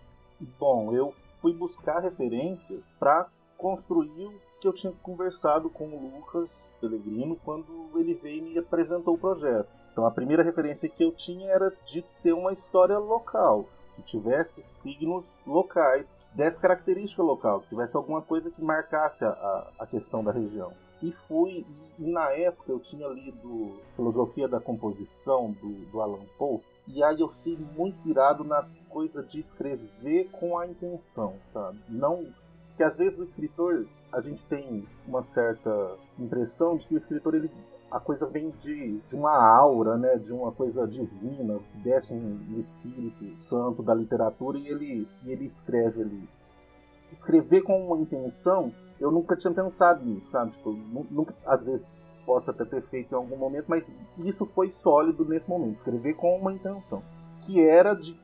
Bom, eu fui buscar referências para construir o que eu tinha conversado com o Lucas Pellegrino quando ele veio e me apresentou o projeto. Então a primeira referência que eu tinha era de ser uma história local, que tivesse signos locais, que desse característica local, que tivesse alguma coisa que marcasse a questão da região. E na época eu tinha lido Filosofia da Composição, do Allan Poe, e aí eu fiquei muito pirado na coisa de escrever com a intenção, sabe? Não, que às vezes o escritor, a gente tem uma certa impressão de que o escritor, a coisa vem de uma aura, né, de uma coisa divina, que desce no Espírito Santo da literatura, e ele escreve ali. Escrever com uma intenção, eu nunca tinha pensado nisso, sabe? Tipo, nunca, às vezes posso até ter feito em algum momento, mas isso foi sólido nesse momento, escrever com uma intenção, que era de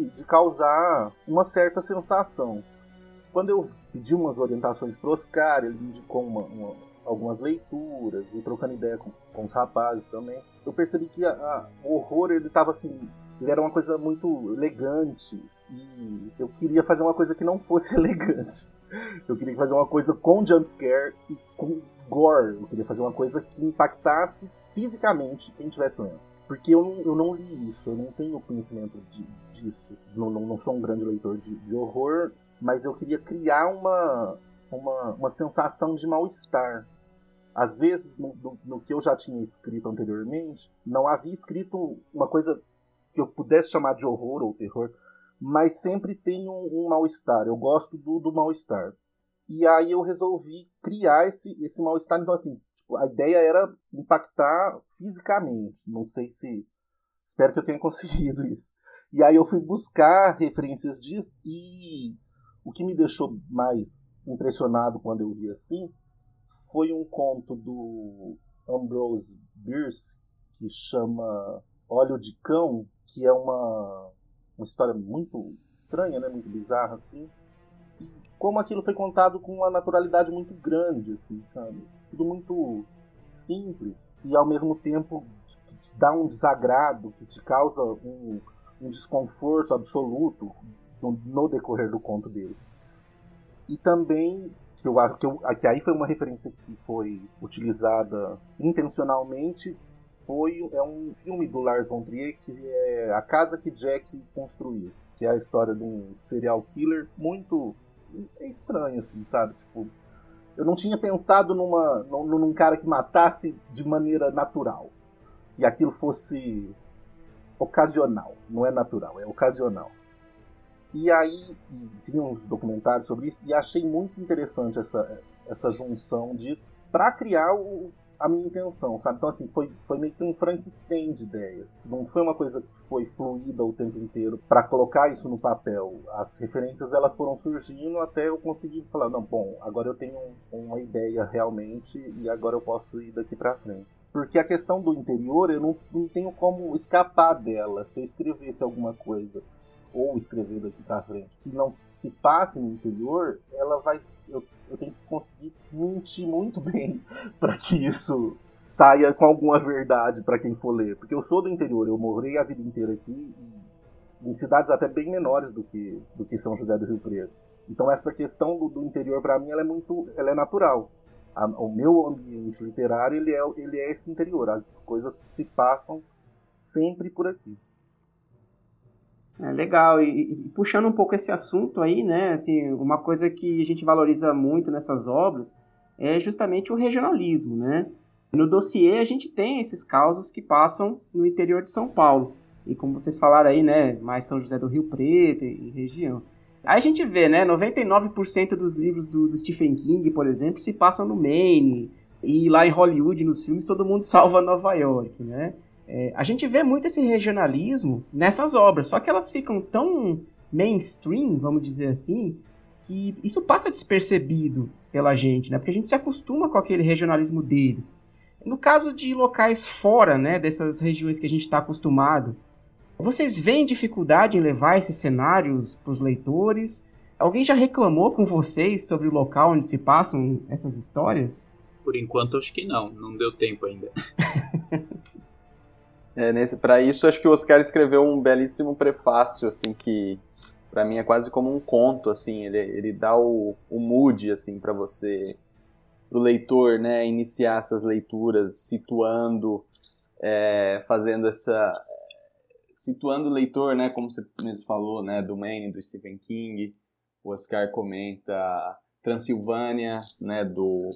causar uma certa sensação. Quando eu pedi umas orientações para o Oscar, ele me indicou algumas leituras, e trocando ideia com os rapazes também, eu percebi que o horror, ele tava assim, ele era uma coisa muito elegante, e eu queria fazer uma coisa que não fosse elegante. Eu queria fazer uma coisa com jumpscare e com gore. Eu queria fazer uma coisa que impactasse fisicamente quem estivesse lendo. Porque eu não li isso, eu não tenho conhecimento disso. Não sou um grande leitor de horror, mas eu queria criar uma sensação de mal-estar. Às vezes, no que eu já tinha escrito anteriormente, não havia escrito uma coisa que eu pudesse chamar de horror ou terror, mas sempre tem um mal-estar. Eu gosto do mal-estar. E aí eu resolvi criar esse mal-estar. Então, assim, tipo, a ideia era impactar fisicamente. Não sei se... Espero que eu tenha conseguido isso. E aí eu fui buscar referências disso, e o que me deixou mais impressionado quando eu vi assim foi um conto do Ambrose Bierce que chama Óleo de Cão, que é uma história muito estranha, né? Muito bizarra, assim. E como aquilo foi contado com uma naturalidade muito grande, assim, sabe? Tudo muito simples e ao mesmo tempo que te dá um desagrado, que te causa um desconforto absoluto no decorrer do conto dele. E também, que aí foi uma referência que foi utilizada intencionalmente, é um filme do Lars von Trier, que é A Casa que Jack Construiu, que é a história de um serial killer muito estranho, assim, sabe? Tipo, eu não tinha pensado num cara que matasse de maneira natural, que aquilo fosse ocasional, não é natural, é ocasional. E aí vinham uns documentários sobre isso e achei muito interessante essa junção disso para criar a minha intenção, sabe? Então, assim, foi meio que um Frankenstein de ideias. Não foi uma coisa que foi fluida o tempo inteiro para colocar isso no papel. As referências, elas foram surgindo até eu conseguir falar, não, bom, agora eu tenho uma ideia realmente e agora eu posso ir daqui para frente. Porque a questão do interior, eu não tenho como escapar dela. Se eu escrevesse alguma coisa ou escrever daqui para frente que não se passe no interior, ela vai... Eu tenho que conseguir mentir muito bem para que isso saia com alguma verdade para quem for ler. Porque eu sou do interior, eu morei a vida inteira aqui, em cidades até bem menores do que São José do Rio Preto. Então essa questão do interior, para mim, ela é natural. O meu ambiente literário, ele é esse interior. As coisas se passam sempre por aqui. É legal, e puxando um pouco esse assunto aí, né, assim, uma coisa que a gente valoriza muito nessas obras é justamente o regionalismo, né? No dossiê a gente tem esses causos que passam no interior de São Paulo, e como vocês falaram aí, né, mais São José do Rio Preto e região. Aí a gente vê, né, 99% dos livros do Stephen King, por exemplo, se passam no Maine, e lá em Hollywood, nos filmes, todo mundo salva Nova York, né? A gente vê muito esse regionalismo nessas obras, só que elas ficam tão mainstream, vamos dizer assim, que isso passa despercebido pela gente, né? Porque a gente se acostuma com aquele regionalismo deles. No caso de locais fora, né, dessas regiões que a gente está acostumado, vocês veem dificuldade em levar esses cenários para os leitores? Alguém já reclamou com vocês sobre o local onde se passam essas histórias? Por enquanto, acho que não deu tempo ainda. Para isso, acho que o Oscar escreveu um belíssimo prefácio, assim, que para mim é quase como um conto, assim, ele dá o mood, assim, para você, pro leitor, né, iniciar essas leituras, situando o leitor, né, como você mesmo falou, né, do Maine, do Stephen King. O Oscar comenta Transilvânia, né, do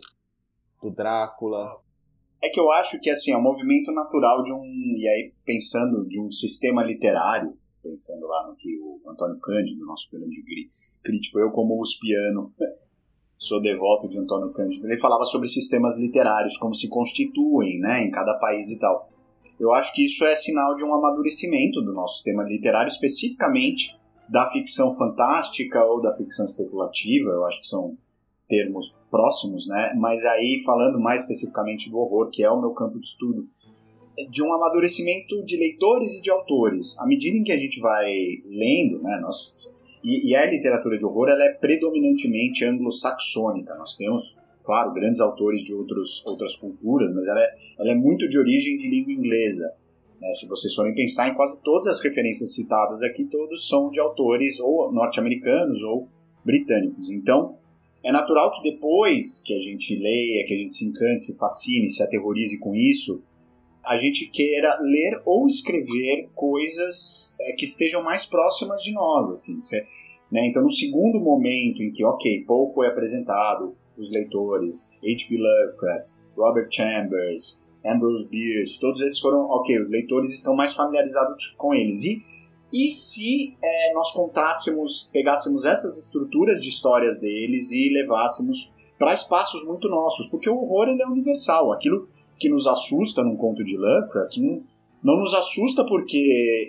Drácula. É que eu acho que, assim, é um movimento natural e aí pensando de um sistema literário, pensando lá no que o Antônio Cândido, nosso grande crítico, eu como uspiano, sou devoto de Antônio Cândido, ele falava sobre sistemas literários, como se constituem, né, em cada país e tal. Eu acho que isso é sinal de um amadurecimento do nosso sistema literário, especificamente da ficção fantástica ou da ficção especulativa. Eu acho que são termos próximos, né? Mas aí, falando mais especificamente do horror, que é o meu campo de estudo, de um amadurecimento de leitores e de autores. À medida em que a gente vai lendo, né, e a literatura de horror, ela é predominantemente anglo-saxônica. Nós temos, claro, grandes autores de outras culturas, mas ela é muito de origem de língua inglesa. Né? Se vocês forem pensar em quase todas as referências citadas aqui, todos são de autores ou norte-americanos ou britânicos. Então, é natural que depois que a gente leia, que a gente se encante, se fascine, se aterrorize com isso, a gente queira ler ou escrever coisas que estejam mais próximas de nós, assim, né? Então, no segundo momento em que, Poe foi apresentado, os leitores, H.P. Lovecraft, Robert Chambers, Ambrose Bierce, todos esses foram, os leitores estão mais familiarizados com eles. E se nós pegássemos essas estruturas de histórias deles e levássemos para espaços muito nossos? Porque o horror, ele é universal. Aquilo que nos assusta num conto de Lovecraft não nos assusta porque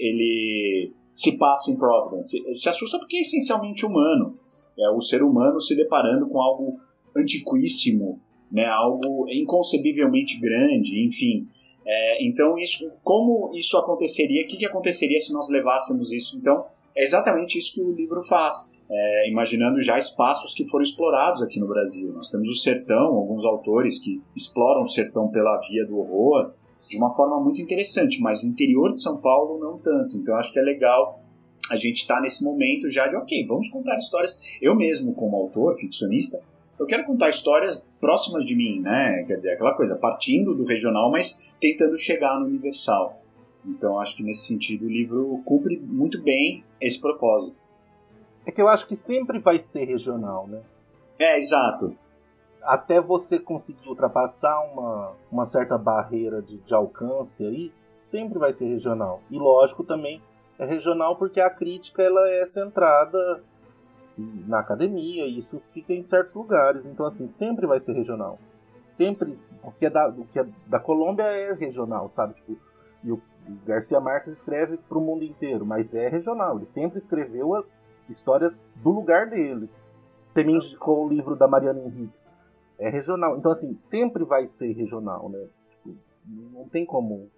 ele se passa em Providence. Se assusta porque é essencialmente humano. É o ser humano se deparando com algo antiquíssimo, né? Algo inconcebivelmente grande, enfim... Então, como isso aconteceria? O que aconteceria se nós levássemos isso? Então, é exatamente isso que o livro faz, imaginando já espaços que foram explorados aqui no Brasil. Nós temos o sertão, alguns autores que exploram o sertão pela via do horror de uma forma muito interessante, mas o interior de São Paulo não tanto. Então, acho que é legal a gente estar nesse momento já de, vamos contar histórias. Eu mesmo, como autor, ficcionista, eu quero contar histórias próximas de mim, né? Quer dizer, aquela coisa, partindo do regional, mas tentando chegar no universal. Então, acho que nesse sentido o livro cumpre muito bem esse propósito. É que eu acho que sempre vai ser regional, né? Exato. Até você conseguir ultrapassar uma certa barreira de alcance aí, sempre vai ser regional. E lógico também é regional porque a crítica ela é centrada na academia, e isso fica em certos lugares. Então, assim, sempre vai ser regional. Sempre. O que é da Colômbia é regional, sabe? Tipo, e o Garcia Marques escreve para o mundo inteiro, mas é regional. Ele sempre escreveu histórias do lugar dele. Também indicou o livro da Mariana Henriques. É regional. Então, assim, sempre vai ser regional, né? Tipo, não tem como.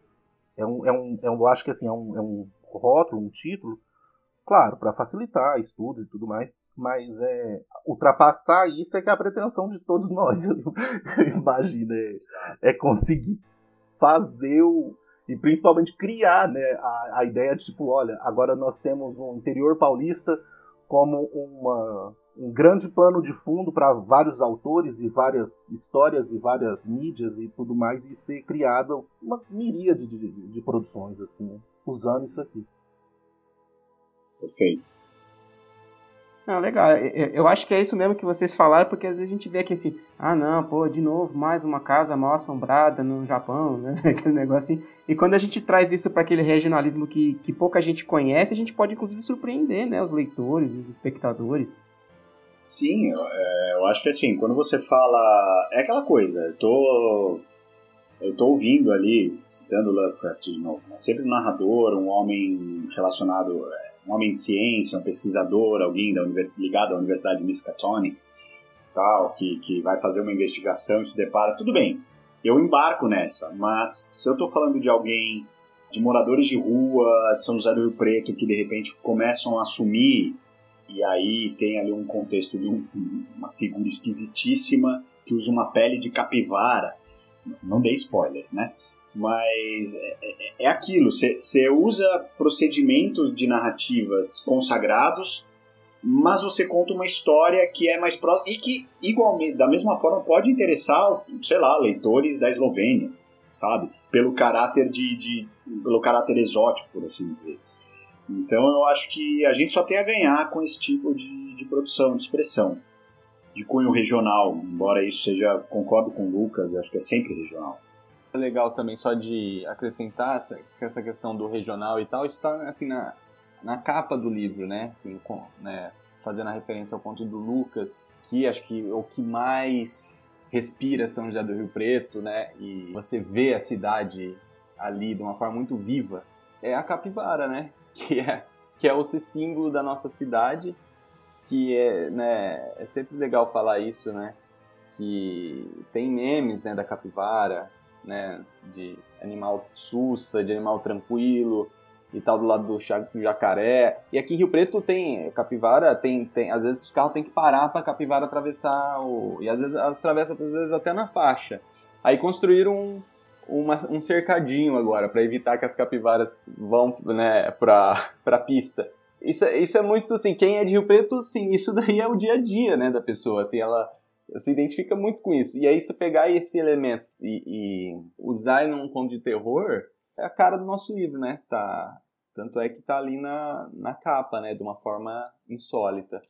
Eu acho que assim, é um rótulo, um título, claro, para facilitar estudos e tudo mais, mas ultrapassar isso é que é a pretensão de todos nós, eu imagino, é conseguir fazer e principalmente criar, né, a ideia de tipo, olha, agora nós temos um interior paulista como um grande pano de fundo para vários autores e várias histórias e várias mídias e tudo mais, e ser criada uma miríade de produções assim, né, usando isso aqui. Perfeito. Não, legal. Eu acho que é isso mesmo que vocês falaram, porque às vezes a gente vê que assim, não, pô, de novo, mais uma casa mal assombrada no Japão, né? Aquele negócio assim. E quando a gente traz isso para aquele regionalismo que pouca gente conhece, a gente pode inclusive surpreender, né, os leitores e os espectadores. Sim, eu acho que assim, quando você fala... É aquela coisa, eu tô ouvindo ali, citando Lovecraft de novo, né? Sempre um narrador, um homem relacionado... um homem de ciência, um pesquisador, alguém ligado à Universidade de Miskatonic, tal, que vai fazer uma investigação e se depara, tudo bem, eu embarco nessa, mas se eu estou falando de alguém, de moradores de rua, de São José do Rio Preto, que de repente começam a assumir, e aí tem ali um contexto de uma figura esquisitíssima que usa uma pele de capivara, não dei spoilers, né? Mas é aquilo, você usa procedimentos de narrativas consagrados, mas você conta uma história que é mais próxima e que, igualmente, da mesma forma, pode interessar, sei lá, leitores da Eslovênia, sabe? Pelo caráter pelo caráter exótico, por assim dizer. Então eu acho que a gente só tem a ganhar com esse tipo de produção, de expressão, de cunho regional, embora isso seja, concordo com o Lucas, eu acho que é sempre regional. É legal também, só de acrescentar essa questão do regional e tal, isso está assim, na capa do livro, né? Assim, fazendo a referência ao conto do Lucas, que acho que é o que mais respira São José do Rio Preto, né? E você vê a cidade ali de uma forma muito viva, é a capivara, né? Que é o símbolo da nossa cidade, que é sempre legal falar isso, né? Que tem memes, né, da capivara, né, de animal sussa, de animal tranquilo e tal, do lado do jacaré. E aqui em Rio Preto tem capivara, às vezes os carros tem que parar para a capivara atravessar e às vezes elas atravessam às vezes até na faixa. Aí construíram um cercadinho agora para evitar que as capivaras vão, né, para pista. Isso é muito assim, quem é de Rio Preto, sim, isso daí é o dia a dia, né, da pessoa, assim, ela se identifica muito com isso. E aí, se pegar esse elemento e usar ele num conto de terror, é a cara do nosso livro, né? Tanto é que tá ali na capa, né? De uma forma insólita.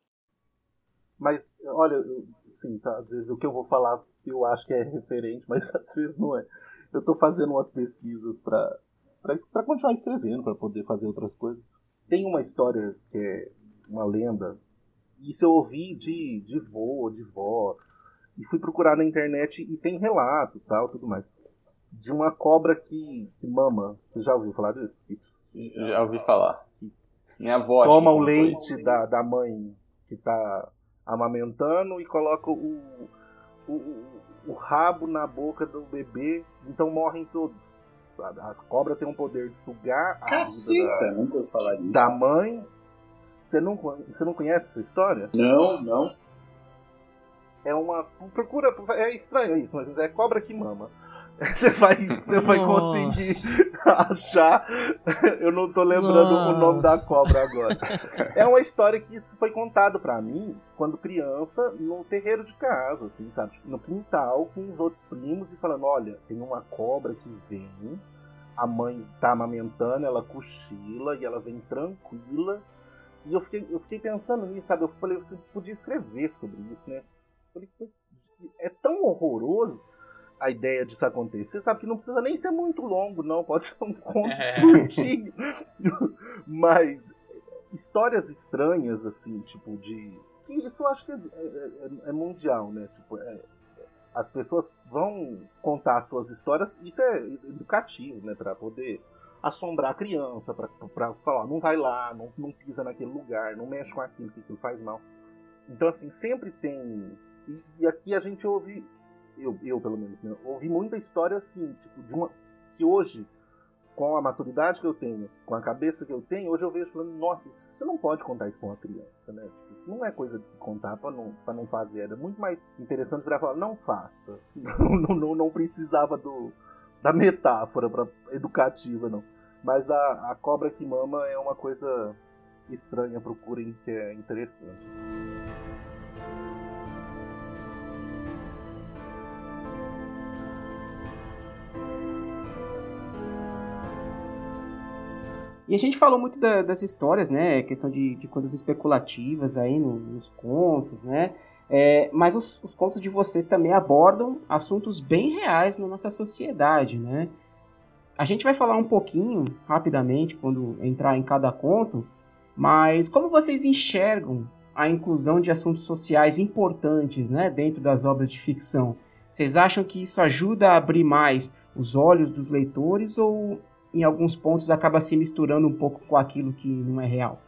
Mas, olha, assim, tá, às vezes o que eu vou falar eu acho que é referente, mas às vezes não é. Eu tô fazendo umas pesquisas pra continuar escrevendo, pra poder fazer outras coisas. Tem uma história que é uma lenda, isso eu ouvi de vô, de vó, e fui procurar na internet e tem relato, tal, tudo mais, de uma cobra que mama. Você já ouviu falar disso? Já ouvi falar. Minha avó toma o leite da mãe que tá amamentando e coloca o rabo na boca do bebê, então morrem todos, sabe? A cobra tem um poder de sugar a vida da mãe. Você não conhece essa história? Não. É uma... Procura... É estranho isso, mas é cobra que mama. Você vai conseguir achar... Eu não tô lembrando o nome da cobra agora. É uma história que isso foi contado pra mim, quando criança, no terreiro de casa, assim, sabe? Tipo, no quintal, com os outros primos, e falando, olha, tem uma cobra que vem, a mãe tá amamentando, ela cochila, e ela vem tranquila. E eu fiquei pensando nisso, sabe? Eu falei, você podia escrever sobre isso, né? Eu falei, é tão horroroso. a ideia disso acontecer. Você sabe que não precisa nem ser muito longo, não. Pode ser um conto curtinho. Mas histórias estranhas, assim, tipo de... Que isso eu acho que é mundial, né? Tipo, as pessoas vão contar suas histórias. Isso é educativo, né? Pra poder assombrar a criança, pra falar, não vai lá, não pisa naquele lugar, não mexe com aquilo, que aquilo faz mal. Então, assim, sempre tem... E aqui a gente ouve... Eu pelo menos, né? Ouvi muita história assim, tipo, de uma. Que hoje, com a maturidade que eu tenho, com a cabeça que eu tenho, hoje eu vejo falando, nossa, você não pode contar isso pra uma criança, né? Tipo, isso não é coisa de se contar pra não fazer. Era muito mais interessante pra falar, não faça. Não precisava da metáfora educativa, não. Mas a cobra que mama é uma coisa estranha, procurem, que é interessante. Assim. E a gente falou muito das histórias, né? Questão de coisas especulativas aí nos contos, né? Mas os contos de vocês também abordam assuntos bem reais na nossa sociedade, né? A gente vai falar um pouquinho, rapidamente, quando entrar em cada conto, mas como vocês enxergam a inclusão de assuntos sociais importantes, né, dentro das obras de ficção? Vocês acham que isso ajuda a abrir mais os olhos dos leitores ou... em alguns pontos acaba se misturando um pouco com aquilo que não é real?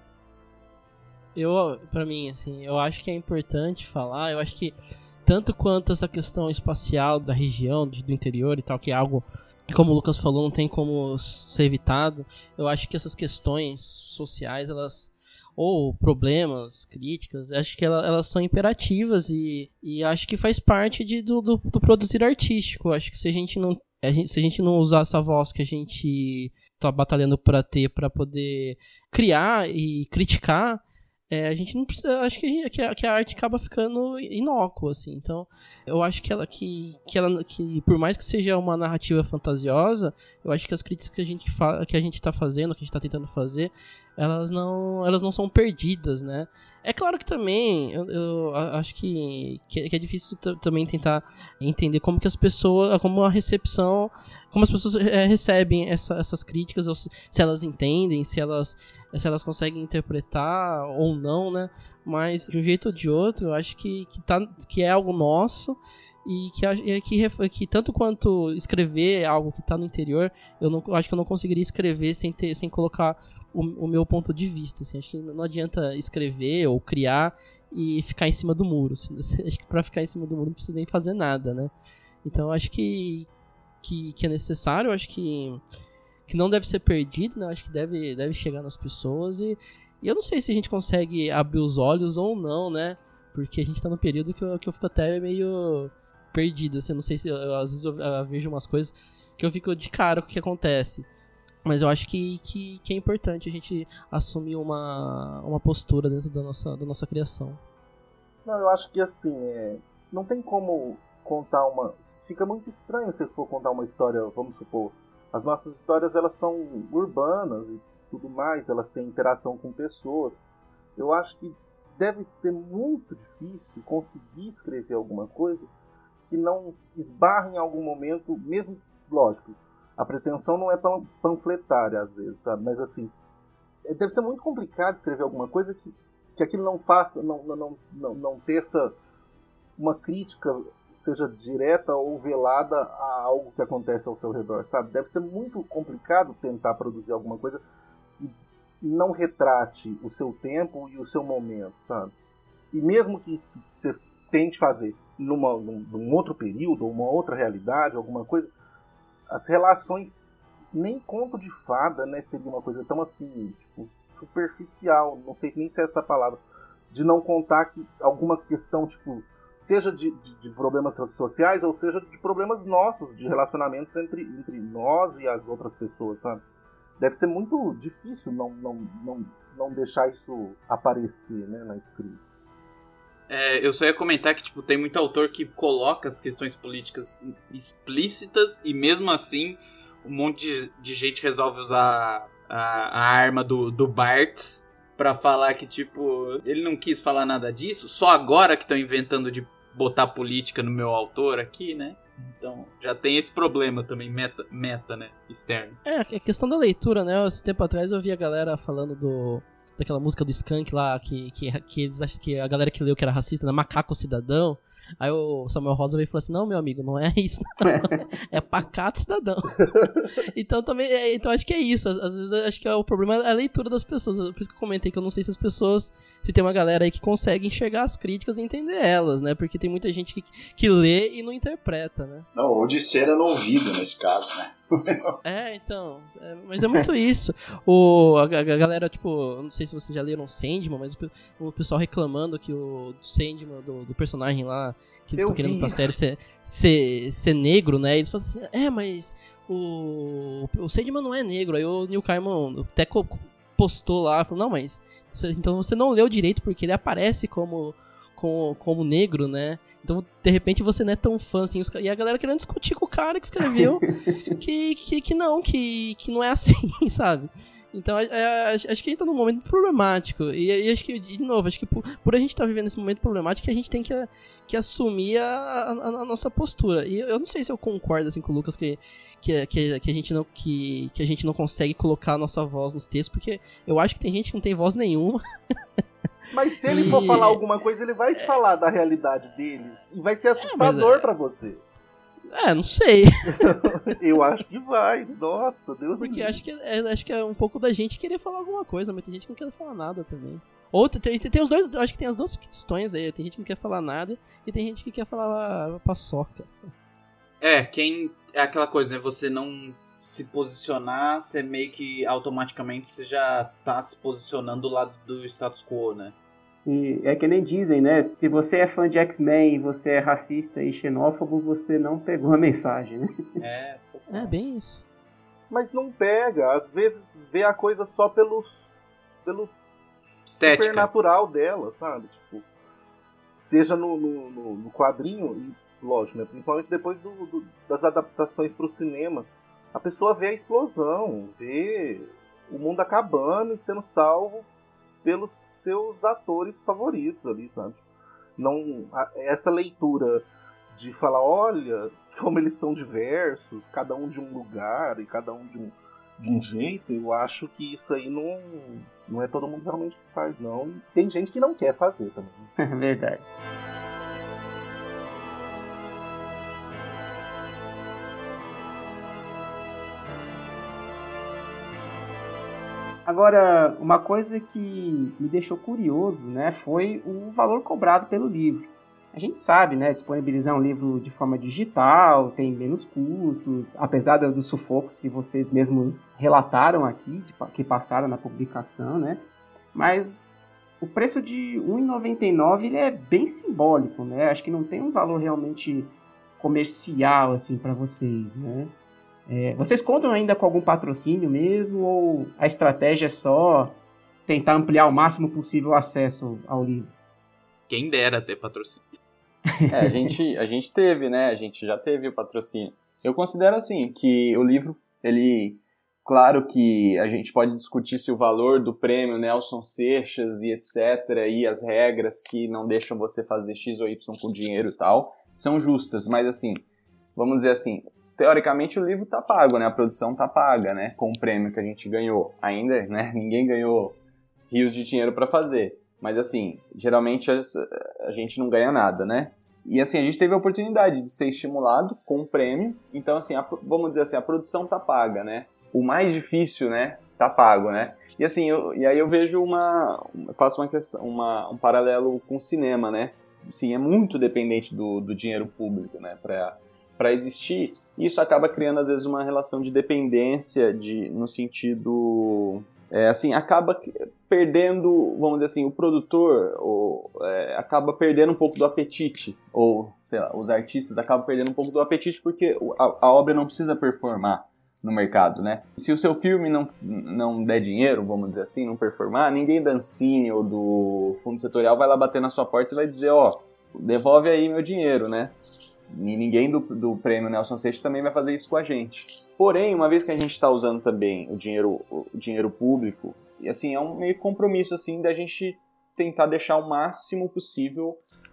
Pra mim, assim, eu acho que é importante falar, eu acho que tanto quanto essa questão espacial da região, do interior e tal, que é algo, como o Lucas falou, não tem como ser evitado, eu acho que essas questões sociais, elas, ou problemas, críticas, acho que elas são imperativas e acho que faz parte do produzir artístico. Eu acho que se a gente não usar essa voz que a gente tá batalhando pra ter, pra poder criar e criticar, a gente não precisa, acho que a arte acaba ficando inócua, assim. Então, eu acho que por mais que seja uma narrativa fantasiosa, eu acho que as críticas que a gente tá fazendo, que a gente tá tentando fazer, elas não são perdidas, né? É claro que também, eu acho que é difícil também tentar entender como que as pessoas, como as pessoas recebem essas críticas, ou se elas entendem, se elas conseguem interpretar ou não, né? Mas, de um jeito ou de outro, eu acho que é algo nosso e que tanto quanto escrever algo que está no interior, eu acho que eu não conseguiria escrever sem colocar o meu ponto de vista, assim. Acho que não adianta escrever ou criar e ficar em cima do muro, assim. Acho que para ficar em cima do muro não precisa nem fazer nada, né? Então, eu acho que é necessário, eu acho que não deve ser perdido, né? Eu acho que deve chegar nas pessoas e eu não sei se a gente consegue abrir os olhos ou não, né? Porque a gente tá num período que eu fico até meio perdido, assim, não sei se às vezes eu vejo umas coisas que eu fico de cara com o que acontece, mas eu acho que é importante a gente assumir uma postura dentro da nossa criação. Não, eu acho que assim, não tem como contar fica muito estranho se for contar uma história, vamos supor, as nossas histórias elas são urbanas e tudo mais, elas têm interação com pessoas. Eu acho que deve ser muito difícil conseguir escrever alguma coisa que não esbarre em algum momento, mesmo, lógico, a pretensão não é panfletária às vezes, sabe? Mas assim, deve ser muito complicado escrever alguma coisa que aquilo não faça, não teça uma crítica, seja direta ou velada a algo que acontece ao seu redor, sabe? Deve ser muito complicado tentar produzir alguma coisa que não retrate o seu tempo e o seu momento, sabe? E mesmo que você tente fazer num outro período, ou uma outra realidade, alguma coisa, as relações, nem conto de fada, né, seria uma coisa tão assim, tipo, superficial, não sei nem se é essa palavra, de não contar que alguma questão, tipo, seja de problemas sociais, ou seja de problemas nossos, de relacionamentos entre nós e as outras pessoas, sabe? Deve ser muito difícil não deixar isso aparecer, né, na escrita. Eu só ia comentar que, tipo, tem muito autor que coloca as questões políticas explícitas e mesmo assim um monte de gente resolve usar a arma do Barthes pra falar que, tipo, ele não quis falar nada disso, só agora que estão inventando de botar política no meu autor aqui, né? Então, já tem esse problema também, meta, né, externo. A questão da leitura, né? Esse tempo atrás eu vi a galera falando daquela música do Skank lá, que eles acham que a galera que leu que era racista, né? Macaco Cidadão. Aí o Samuel Rosa veio e falou assim, não, meu amigo, não é isso, não. É Pacato Cidadão. Então também, então acho que é isso. Às vezes acho que o problema é a leitura das pessoas. Por isso que eu comentei que eu não sei se tem uma galera aí que consegue enxergar as críticas e entender elas, né? Porque tem muita gente que lê e não interpreta, né? Não, ou de cera no ouvido nesse caso, né? Então, mas é muito isso. A galera, tipo, eu não sei se vocês já leram Sandman, mas o pessoal reclamando que o Sandman, do personagem lá, que eles estão querendo pra série ser negro, né? Eles falam assim, mas o Sandman não é negro. Aí o Neil Gaiman até postou lá, falou, não, mas então você não leu direito porque ele aparece como negro, né? Então, de repente, você não é tão fã, assim. E a galera querendo discutir com o cara que escreveu que não é assim, sabe? Então, acho que a gente tá num momento problemático. E acho que, de novo, acho que por a gente estar vivendo esse momento problemático, a gente tem que assumir a nossa postura. E eu não sei se eu concordo, assim, com o Lucas que a gente não consegue colocar a nossa voz nos textos, porque eu acho que tem gente que não tem voz nenhuma. Mas se ele for falar alguma coisa, ele vai te falar da realidade deles. E vai ser assustador pra você. Não sei. Eu acho que vai. Nossa, Deus me Porque acho que é um pouco da gente querer falar alguma coisa, mas tem gente que não quer falar nada também. Ou tem os dois, acho que tem as duas questões aí. Tem gente que não quer falar nada e tem gente que quer falar paçoca. É aquela coisa, né? Você não se posicionar, você meio que automaticamente você já tá se posicionando do lado do status quo, né? E é que nem dizem, né? Se você é fã de X-Men e você é racista e xenófobo, você não pegou a mensagem, né? É bem isso. Mas não pega. Às vezes vê a coisa só pelo estética supernatural dela, sabe? Tipo, seja no quadrinho, e lógico, né? Principalmente depois das adaptações pro cinema. A pessoa vê a explosão, vê o mundo acabando e sendo salvo pelos seus atores favoritos ali, sabe? Não, essa leitura de falar, olha, como eles são diversos, cada um de um lugar e cada um de um jeito, eu acho que isso aí não é todo mundo realmente que faz, não. E tem gente que não quer fazer também. É verdade. Agora, uma coisa que me deixou curioso, né, foi o valor cobrado pelo livro. A gente sabe, né, disponibilizar um livro de forma digital tem menos custos, apesar dos sufocos que vocês mesmos relataram aqui, que passaram na publicação, né? Mas o preço de R$ 1,99 ele é bem simbólico, né? Acho que não tem um valor realmente comercial assim para vocês, né? Vocês contam ainda com algum patrocínio mesmo, ou a estratégia é só tentar ampliar o máximo possível o acesso ao livro? Quem dera ter patrocínio. A gente teve, né? A gente já teve o patrocínio. Eu considero assim, que o livro, claro que a gente pode discutir se o valor do prêmio Nelson Seixas e etc, e as regras que não deixam você fazer X ou Y com dinheiro e tal, são justas, mas assim, vamos dizer assim, teoricamente o livro tá pago, né? A produção tá paga, né? Com o prêmio que a gente ganhou. Ainda, né? Ninguém ganhou rios de dinheiro para fazer. Mas assim, geralmente a gente não ganha nada, né? E assim, a gente teve a oportunidade de ser estimulado com um prêmio. Então assim, vamos dizer assim, a produção tá paga, né? O mais difícil, né? Tá pago, né? E assim, aí eu vejo faço um paralelo com o cinema, né? Sim, é muito dependente do dinheiro público, né? Para existir. Isso acaba criando, às vezes, uma relação de dependência no sentido... assim, acaba perdendo, vamos dizer assim, o produtor acaba perdendo um pouco do apetite, ou, sei lá, os artistas acabam perdendo um pouco do apetite porque a obra não precisa performar no mercado, né? Se o seu filme não der dinheiro, vamos dizer assim, não performar, ninguém da Ancine ou do Fundo Setorial vai lá bater na sua porta e vai dizer, devolve aí meu dinheiro, né? E ninguém do prêmio Nelson Seixas também vai fazer isso com a gente. Porém, uma vez que a gente está usando também o dinheiro público, e assim, é um meio compromisso assim, da gente tentar deixar o máximo possível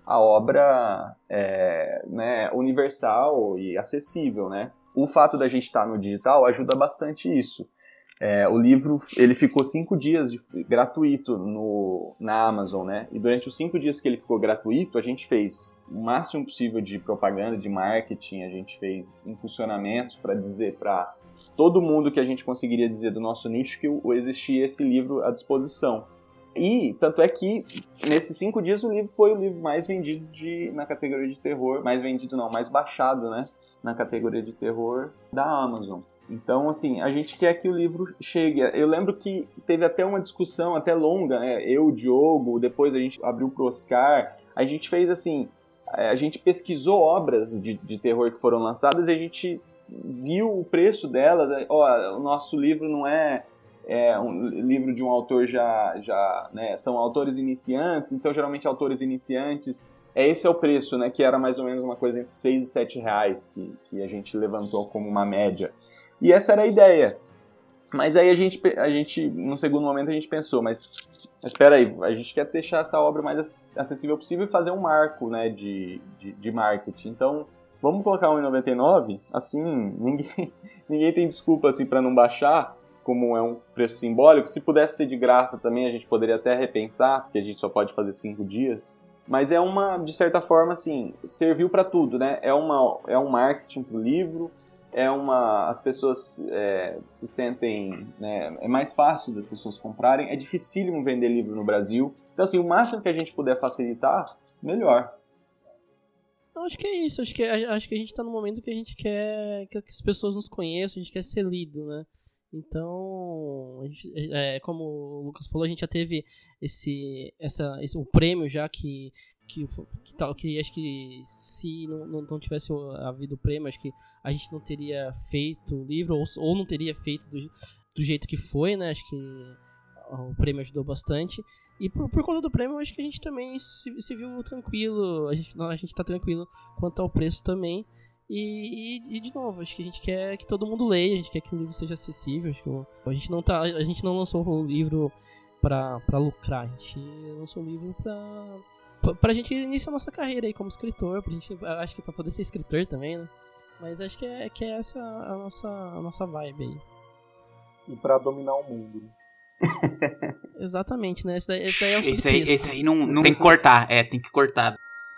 a obra né, universal e acessível, né? O fato da gente estar no digital ajuda bastante isso. O livro ele ficou 5 dias gratuito na Amazon, né? E durante os 5 dias que ele ficou gratuito, a gente fez o máximo possível de propaganda, de marketing, a gente fez impulsionamentos para dizer para todo mundo que a gente conseguiria dizer do nosso nicho que existia esse livro à disposição. E tanto é que nesses 5 dias o livro foi o livro mais vendido na categoria de terror, mais vendido não, mais baixado, né? Na categoria de terror da Amazon. Então, assim, a gente quer que o livro chegue. Eu lembro que teve até uma discussão até longa, né? Eu, o Diogo, depois a gente abriu pro Oscar. A gente fez assim, a gente pesquisou obras de terror que foram lançadas e a gente viu o preço delas. O nosso livro não é um livro de um autor né? São autores iniciantes, então geralmente autores iniciantes, esse é o preço, né? Que era mais ou menos uma coisa entre 6 e 7 reais que a gente levantou como uma média. E essa era a ideia. Mas aí a gente, no segundo momento, a gente pensou, mas espera aí, a gente quer deixar essa obra mais acessível possível e fazer um marco, né, de marketing. Então, vamos colocar R$1,99, assim, ninguém tem desculpa assim, para não baixar, como é um preço simbólico. Se pudesse ser de graça também, a gente poderia até repensar, porque a gente só pode fazer 5 dias. Mas de certa forma, assim, serviu para tudo, né? É um marketing para o livro. As pessoas se sentem, né, é mais fácil das pessoas comprarem, é dificílimo vender livro no Brasil, então assim, o máximo que a gente puder facilitar, melhor. Eu acho que é isso, acho que a gente tá no momento que a gente quer que as pessoas nos conheçam, a gente quer ser lido, né? Então, como o Lucas falou, a gente já teve o prêmio já que acho que se não tivesse havido o prêmio, acho que a gente não teria feito o livro, ou não teria feito do jeito que foi, né? Acho que o prêmio ajudou bastante. E por conta do prêmio, acho que a gente também se viu tranquilo, a gente tá tranquilo quanto ao preço também. E de novo, acho que a gente quer que todo mundo leia, a gente quer que o livro seja acessível. Acho que a gente não lançou o livro pra lucrar, a gente lançou o livro pra gente iniciar a nossa carreira aí como escritor, acho que pra poder ser escritor também, né? Mas acho que é essa a nossa vibe aí. E pra dominar o mundo. Exatamente, né? Esse daí é o subtexto. Esse aí não tem que cortar, tem que cortar.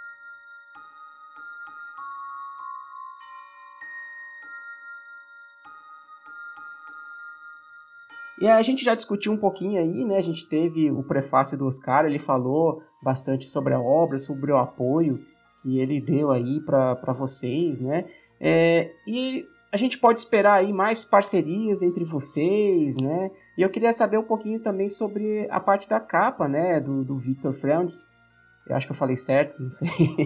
E a gente já discutiu um pouquinho aí, né? A gente teve o prefácio do Oscar, ele falou bastante sobre a obra, sobre o apoio que ele deu aí para vocês, né? E a gente pode esperar aí mais parcerias entre vocês, né? E eu queria saber um pouquinho também sobre a parte da capa, né? Do Victor Freund. Eu acho que eu falei certo, não sei.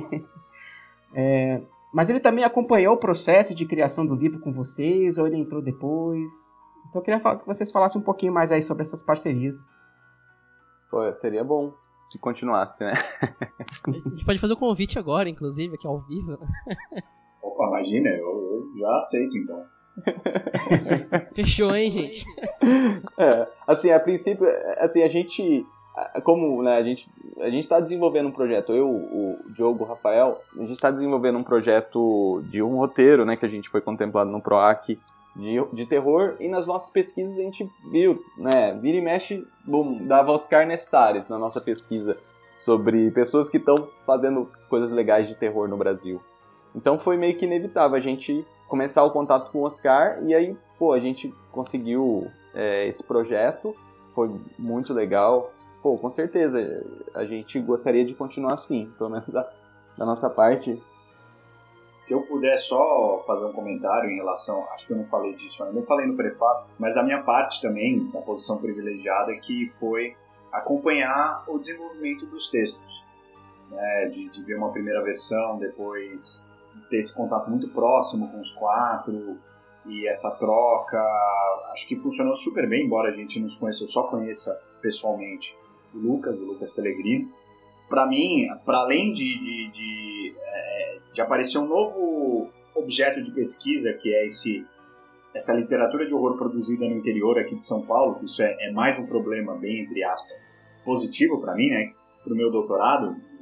Mas ele também acompanhou o processo de criação do livro com vocês, ou ele entrou depois? Então eu queria que vocês falassem um pouquinho mais aí sobre essas parcerias. Pô, seria bom se continuasse, né? A gente pode fazer o convite agora, inclusive, aqui ao vivo. Opa, imagina, eu já aceito então. Fechou, hein, gente? Assim, a princípio, assim, a gente, como, né, a gente tá desenvolvendo um projeto, o Diogo, o Rafael, a gente tá desenvolvendo um projeto de um roteiro, né, que a gente foi contemplado no PROAC, de terror, e nas nossas pesquisas a gente viu, né, vira e mexe, dava Oscar Nestares na nossa pesquisa sobre pessoas que estão fazendo coisas legais de terror no Brasil. Então foi meio que inevitável a gente começar o contato com o Oscar, e aí, a gente conseguiu esse projeto, foi muito legal. Com certeza, a gente gostaria de continuar assim, pelo menos da nossa parte. Se eu puder só fazer um comentário em relação, acho que eu não falei disso ainda, eu falei no prefácio, mas da minha parte também, uma posição privilegiada, que foi acompanhar o desenvolvimento dos textos, né, de ver uma primeira versão, depois ter esse contato muito próximo com os 4 e essa troca, acho que funcionou super bem, embora a gente não se conheça, eu só conheça pessoalmente o Lucas Pellegrino. Para mim, para além de aparecer um novo objeto de pesquisa, que é essa literatura de horror produzida no interior aqui de São Paulo, que isso é mais um problema, bem entre aspas, positivo para mim, né, para o meu doutorado,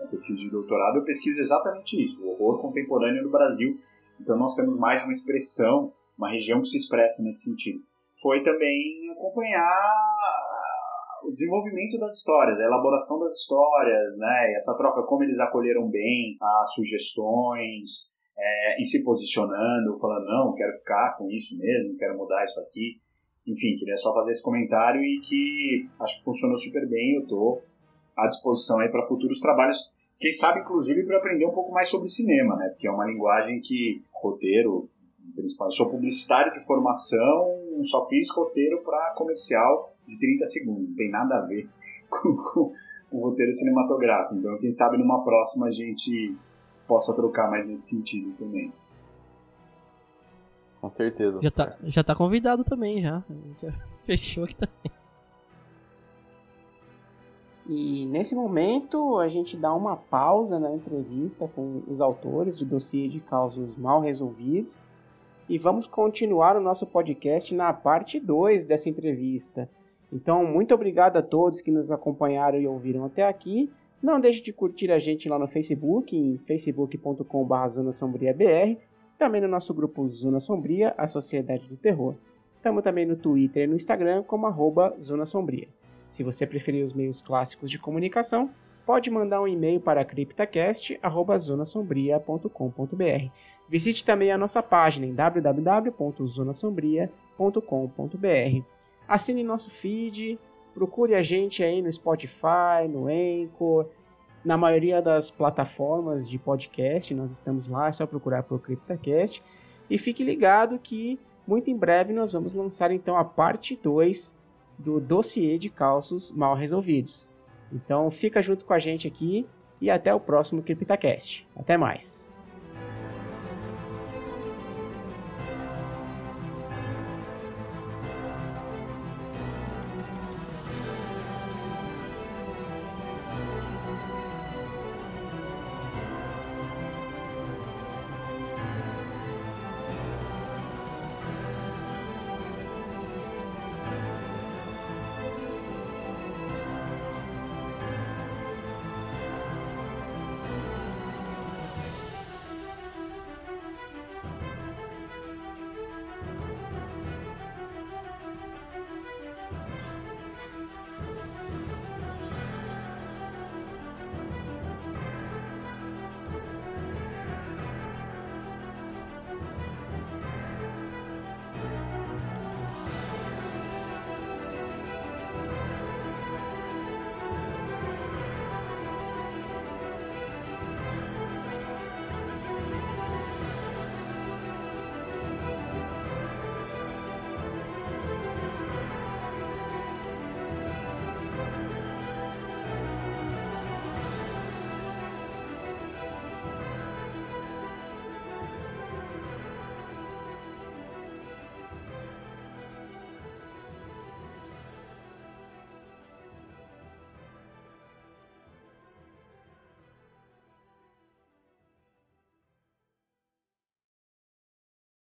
na pesquisa de doutorado, eu pesquiso exatamente isso, o horror contemporâneo no Brasil. Então nós temos mais uma expressão, uma região que se expressa nesse sentido. Foi também acompanhar o desenvolvimento das histórias, a elaboração das histórias, né? E essa troca, como eles acolheram bem as sugestões, e se posicionando, falando, não, quero ficar com isso mesmo, quero mudar isso aqui. Enfim, queria só fazer esse comentário e que acho que funcionou super bem. Eu estou à disposição aí para futuros trabalhos, quem sabe, inclusive, para aprender um pouco mais sobre cinema, né? Porque é uma linguagem que, roteiro, principal, eu sou publicitário de formação, só fiz roteiro para comercial de 30 segundos, não tem nada a ver com o roteiro cinematográfico. Então, quem sabe, numa próxima a gente possa trocar mais nesse sentido também. Com certeza. Já tá convidado também, já. A gente já fechou aqui também. E nesse momento a gente dá uma pausa na entrevista com os autores do dossiê de causos mal resolvidos e vamos continuar o nosso podcast na parte 2 dessa entrevista. Então, muito obrigado a todos que nos acompanharam e ouviram até aqui. Não deixe de curtir a gente lá no Facebook, em facebook.com/ZonaSombriaBR, também no nosso grupo Zona Sombria, a Sociedade do Terror. Estamos também no Twitter e no Instagram como @ZonaSombria. Se você preferir os meios clássicos de comunicação, pode mandar um e-mail para criptacast@zonasombria.com.br. Visite também a nossa página em www.zonasombria.com.br. Assine nosso feed, procure a gente aí no Spotify, no Anchor, na maioria das plataformas de podcast, nós estamos lá, é só procurar por CryptaCast. E fique ligado que muito em breve nós vamos lançar então a parte 2 do dossiê de causos mal resolvidos. Então fica junto com a gente aqui e até o próximo CryptaCast. Até mais!